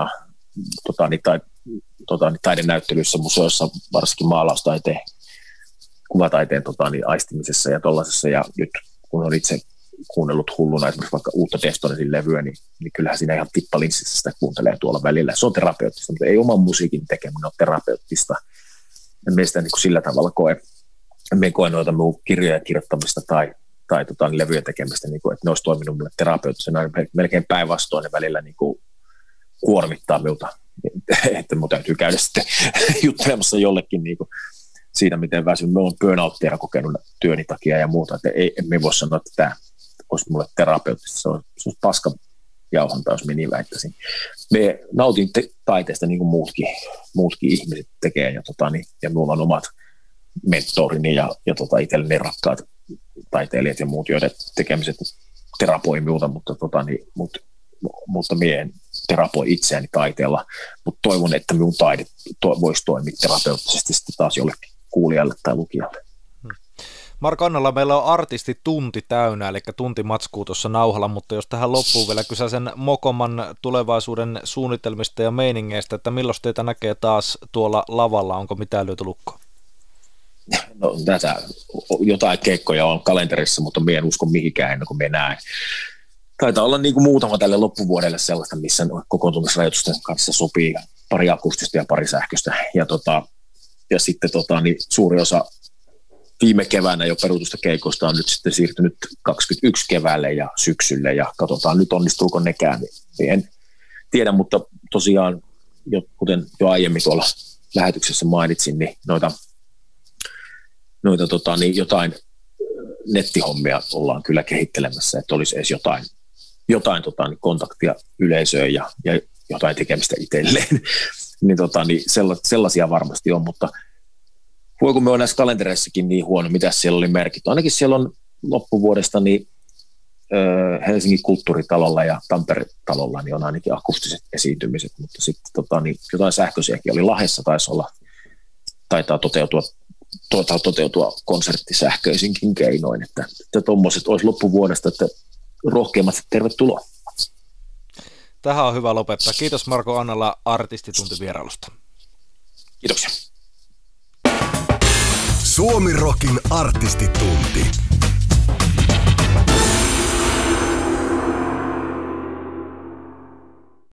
taidenäyttelyissä, museoissa, varsinkin maalaustaiteen, kuvataiteen aistimisessa ja tuollaisessa. Ja nyt kun olen itse kuunnellut hulluna esimerkiksi vaikka uutta Deftonesin levyä, niin kyllähän siinä ihan tippalinssissä sitä kuuntelee tuolla välillä. Se on terapeuttista, mutta ei oman musiikin tekeminen ole terapeuttista. En mene sitä niin sillä tavalla koe. En koe noita minun kirjojen kirjoittamista tai levyjen tekemistä, niin kuin, että ne olisi toiminut minulle terapeuttisena. Melkein päinvastoin ne välillä niin kuin kuormittaa minulta, että minun täytyy käydä sitten juttelemassa jollekin niin kuin siitä, miten väsyn. Minä olen burnouttia kokenut työni takia ja muuta, että emme voi sanoa, että tämä olisi minulle terapeuttista. Se olisi paska jauhanta, jos minä niin väittäisin. Me nautin taiteesta niin kuin muutkin ihmiset tekee, ja minulla on omat mentorini ja itselleni rakkaat taiteilijat ja muut, joiden tekemiset terapoi minulta, mutta minä en terapoi itseäni taiteella, mutta toivon, että minun taide voisi toimia terapeuttisesti sitten taas jollekin kuulijalle tai lukijalle. Marko Annala, meillä on artistitunti täynnä, eli tunti matskuu tuossa nauhalla, mutta jos tähän loppuu vielä kysäisen Mokoman tulevaisuuden suunnitelmista ja meiningeistä, että milloin teitä näkee taas tuolla lavalla, onko mitään löyty lukkoa? No tässä jotain keikkoja on kalenterissa, mutta minä en usko mihinkään ennen kuin minä näen. Taitaa olla niin kuin muutama tälle loppuvuodelle sellaista, missä kokoontumisrajoitusten kanssa sopii pari akustista ja pari sähköistä. Ja sitten niin suuri osa viime keväänä jo peruutusta keikoista on nyt sitten siirtynyt 21 keväälle ja syksylle, ja katsotaan nyt onnistuuko nekään. Niin en tiedä, mutta tosiaan, kuten jo aiemmin tuolla lähetyksessä mainitsin, niin niin jotain nettihommia ollaan kyllä kehittelemässä, että olisi edes jotain kontaktia yleisöön ja jotain tekemistä itselleen. niin sellaisia varmasti on, mutta voiko me olla näissä kalentereissakin niin huono, mitä siellä oli merkitty. Ainakin siellä on loppuvuodesta niin Helsingin kulttuuritalolla ja Tampere-talolla niin on ainakin akustiset esiintymiset, mutta sitten niin jotain sähköisiäkin oli. Lahdessa taitaa toteutua konsertti sähköisinkin keinoin, että tuommoiset olisi loppuvuodesta, että rohkeimmat tervetuloa. Tähän on hyvä lopettaa. Kiitos Marko Annala artistituntivierailusta. Kiitoksia. Suomi Rockin artistitunti.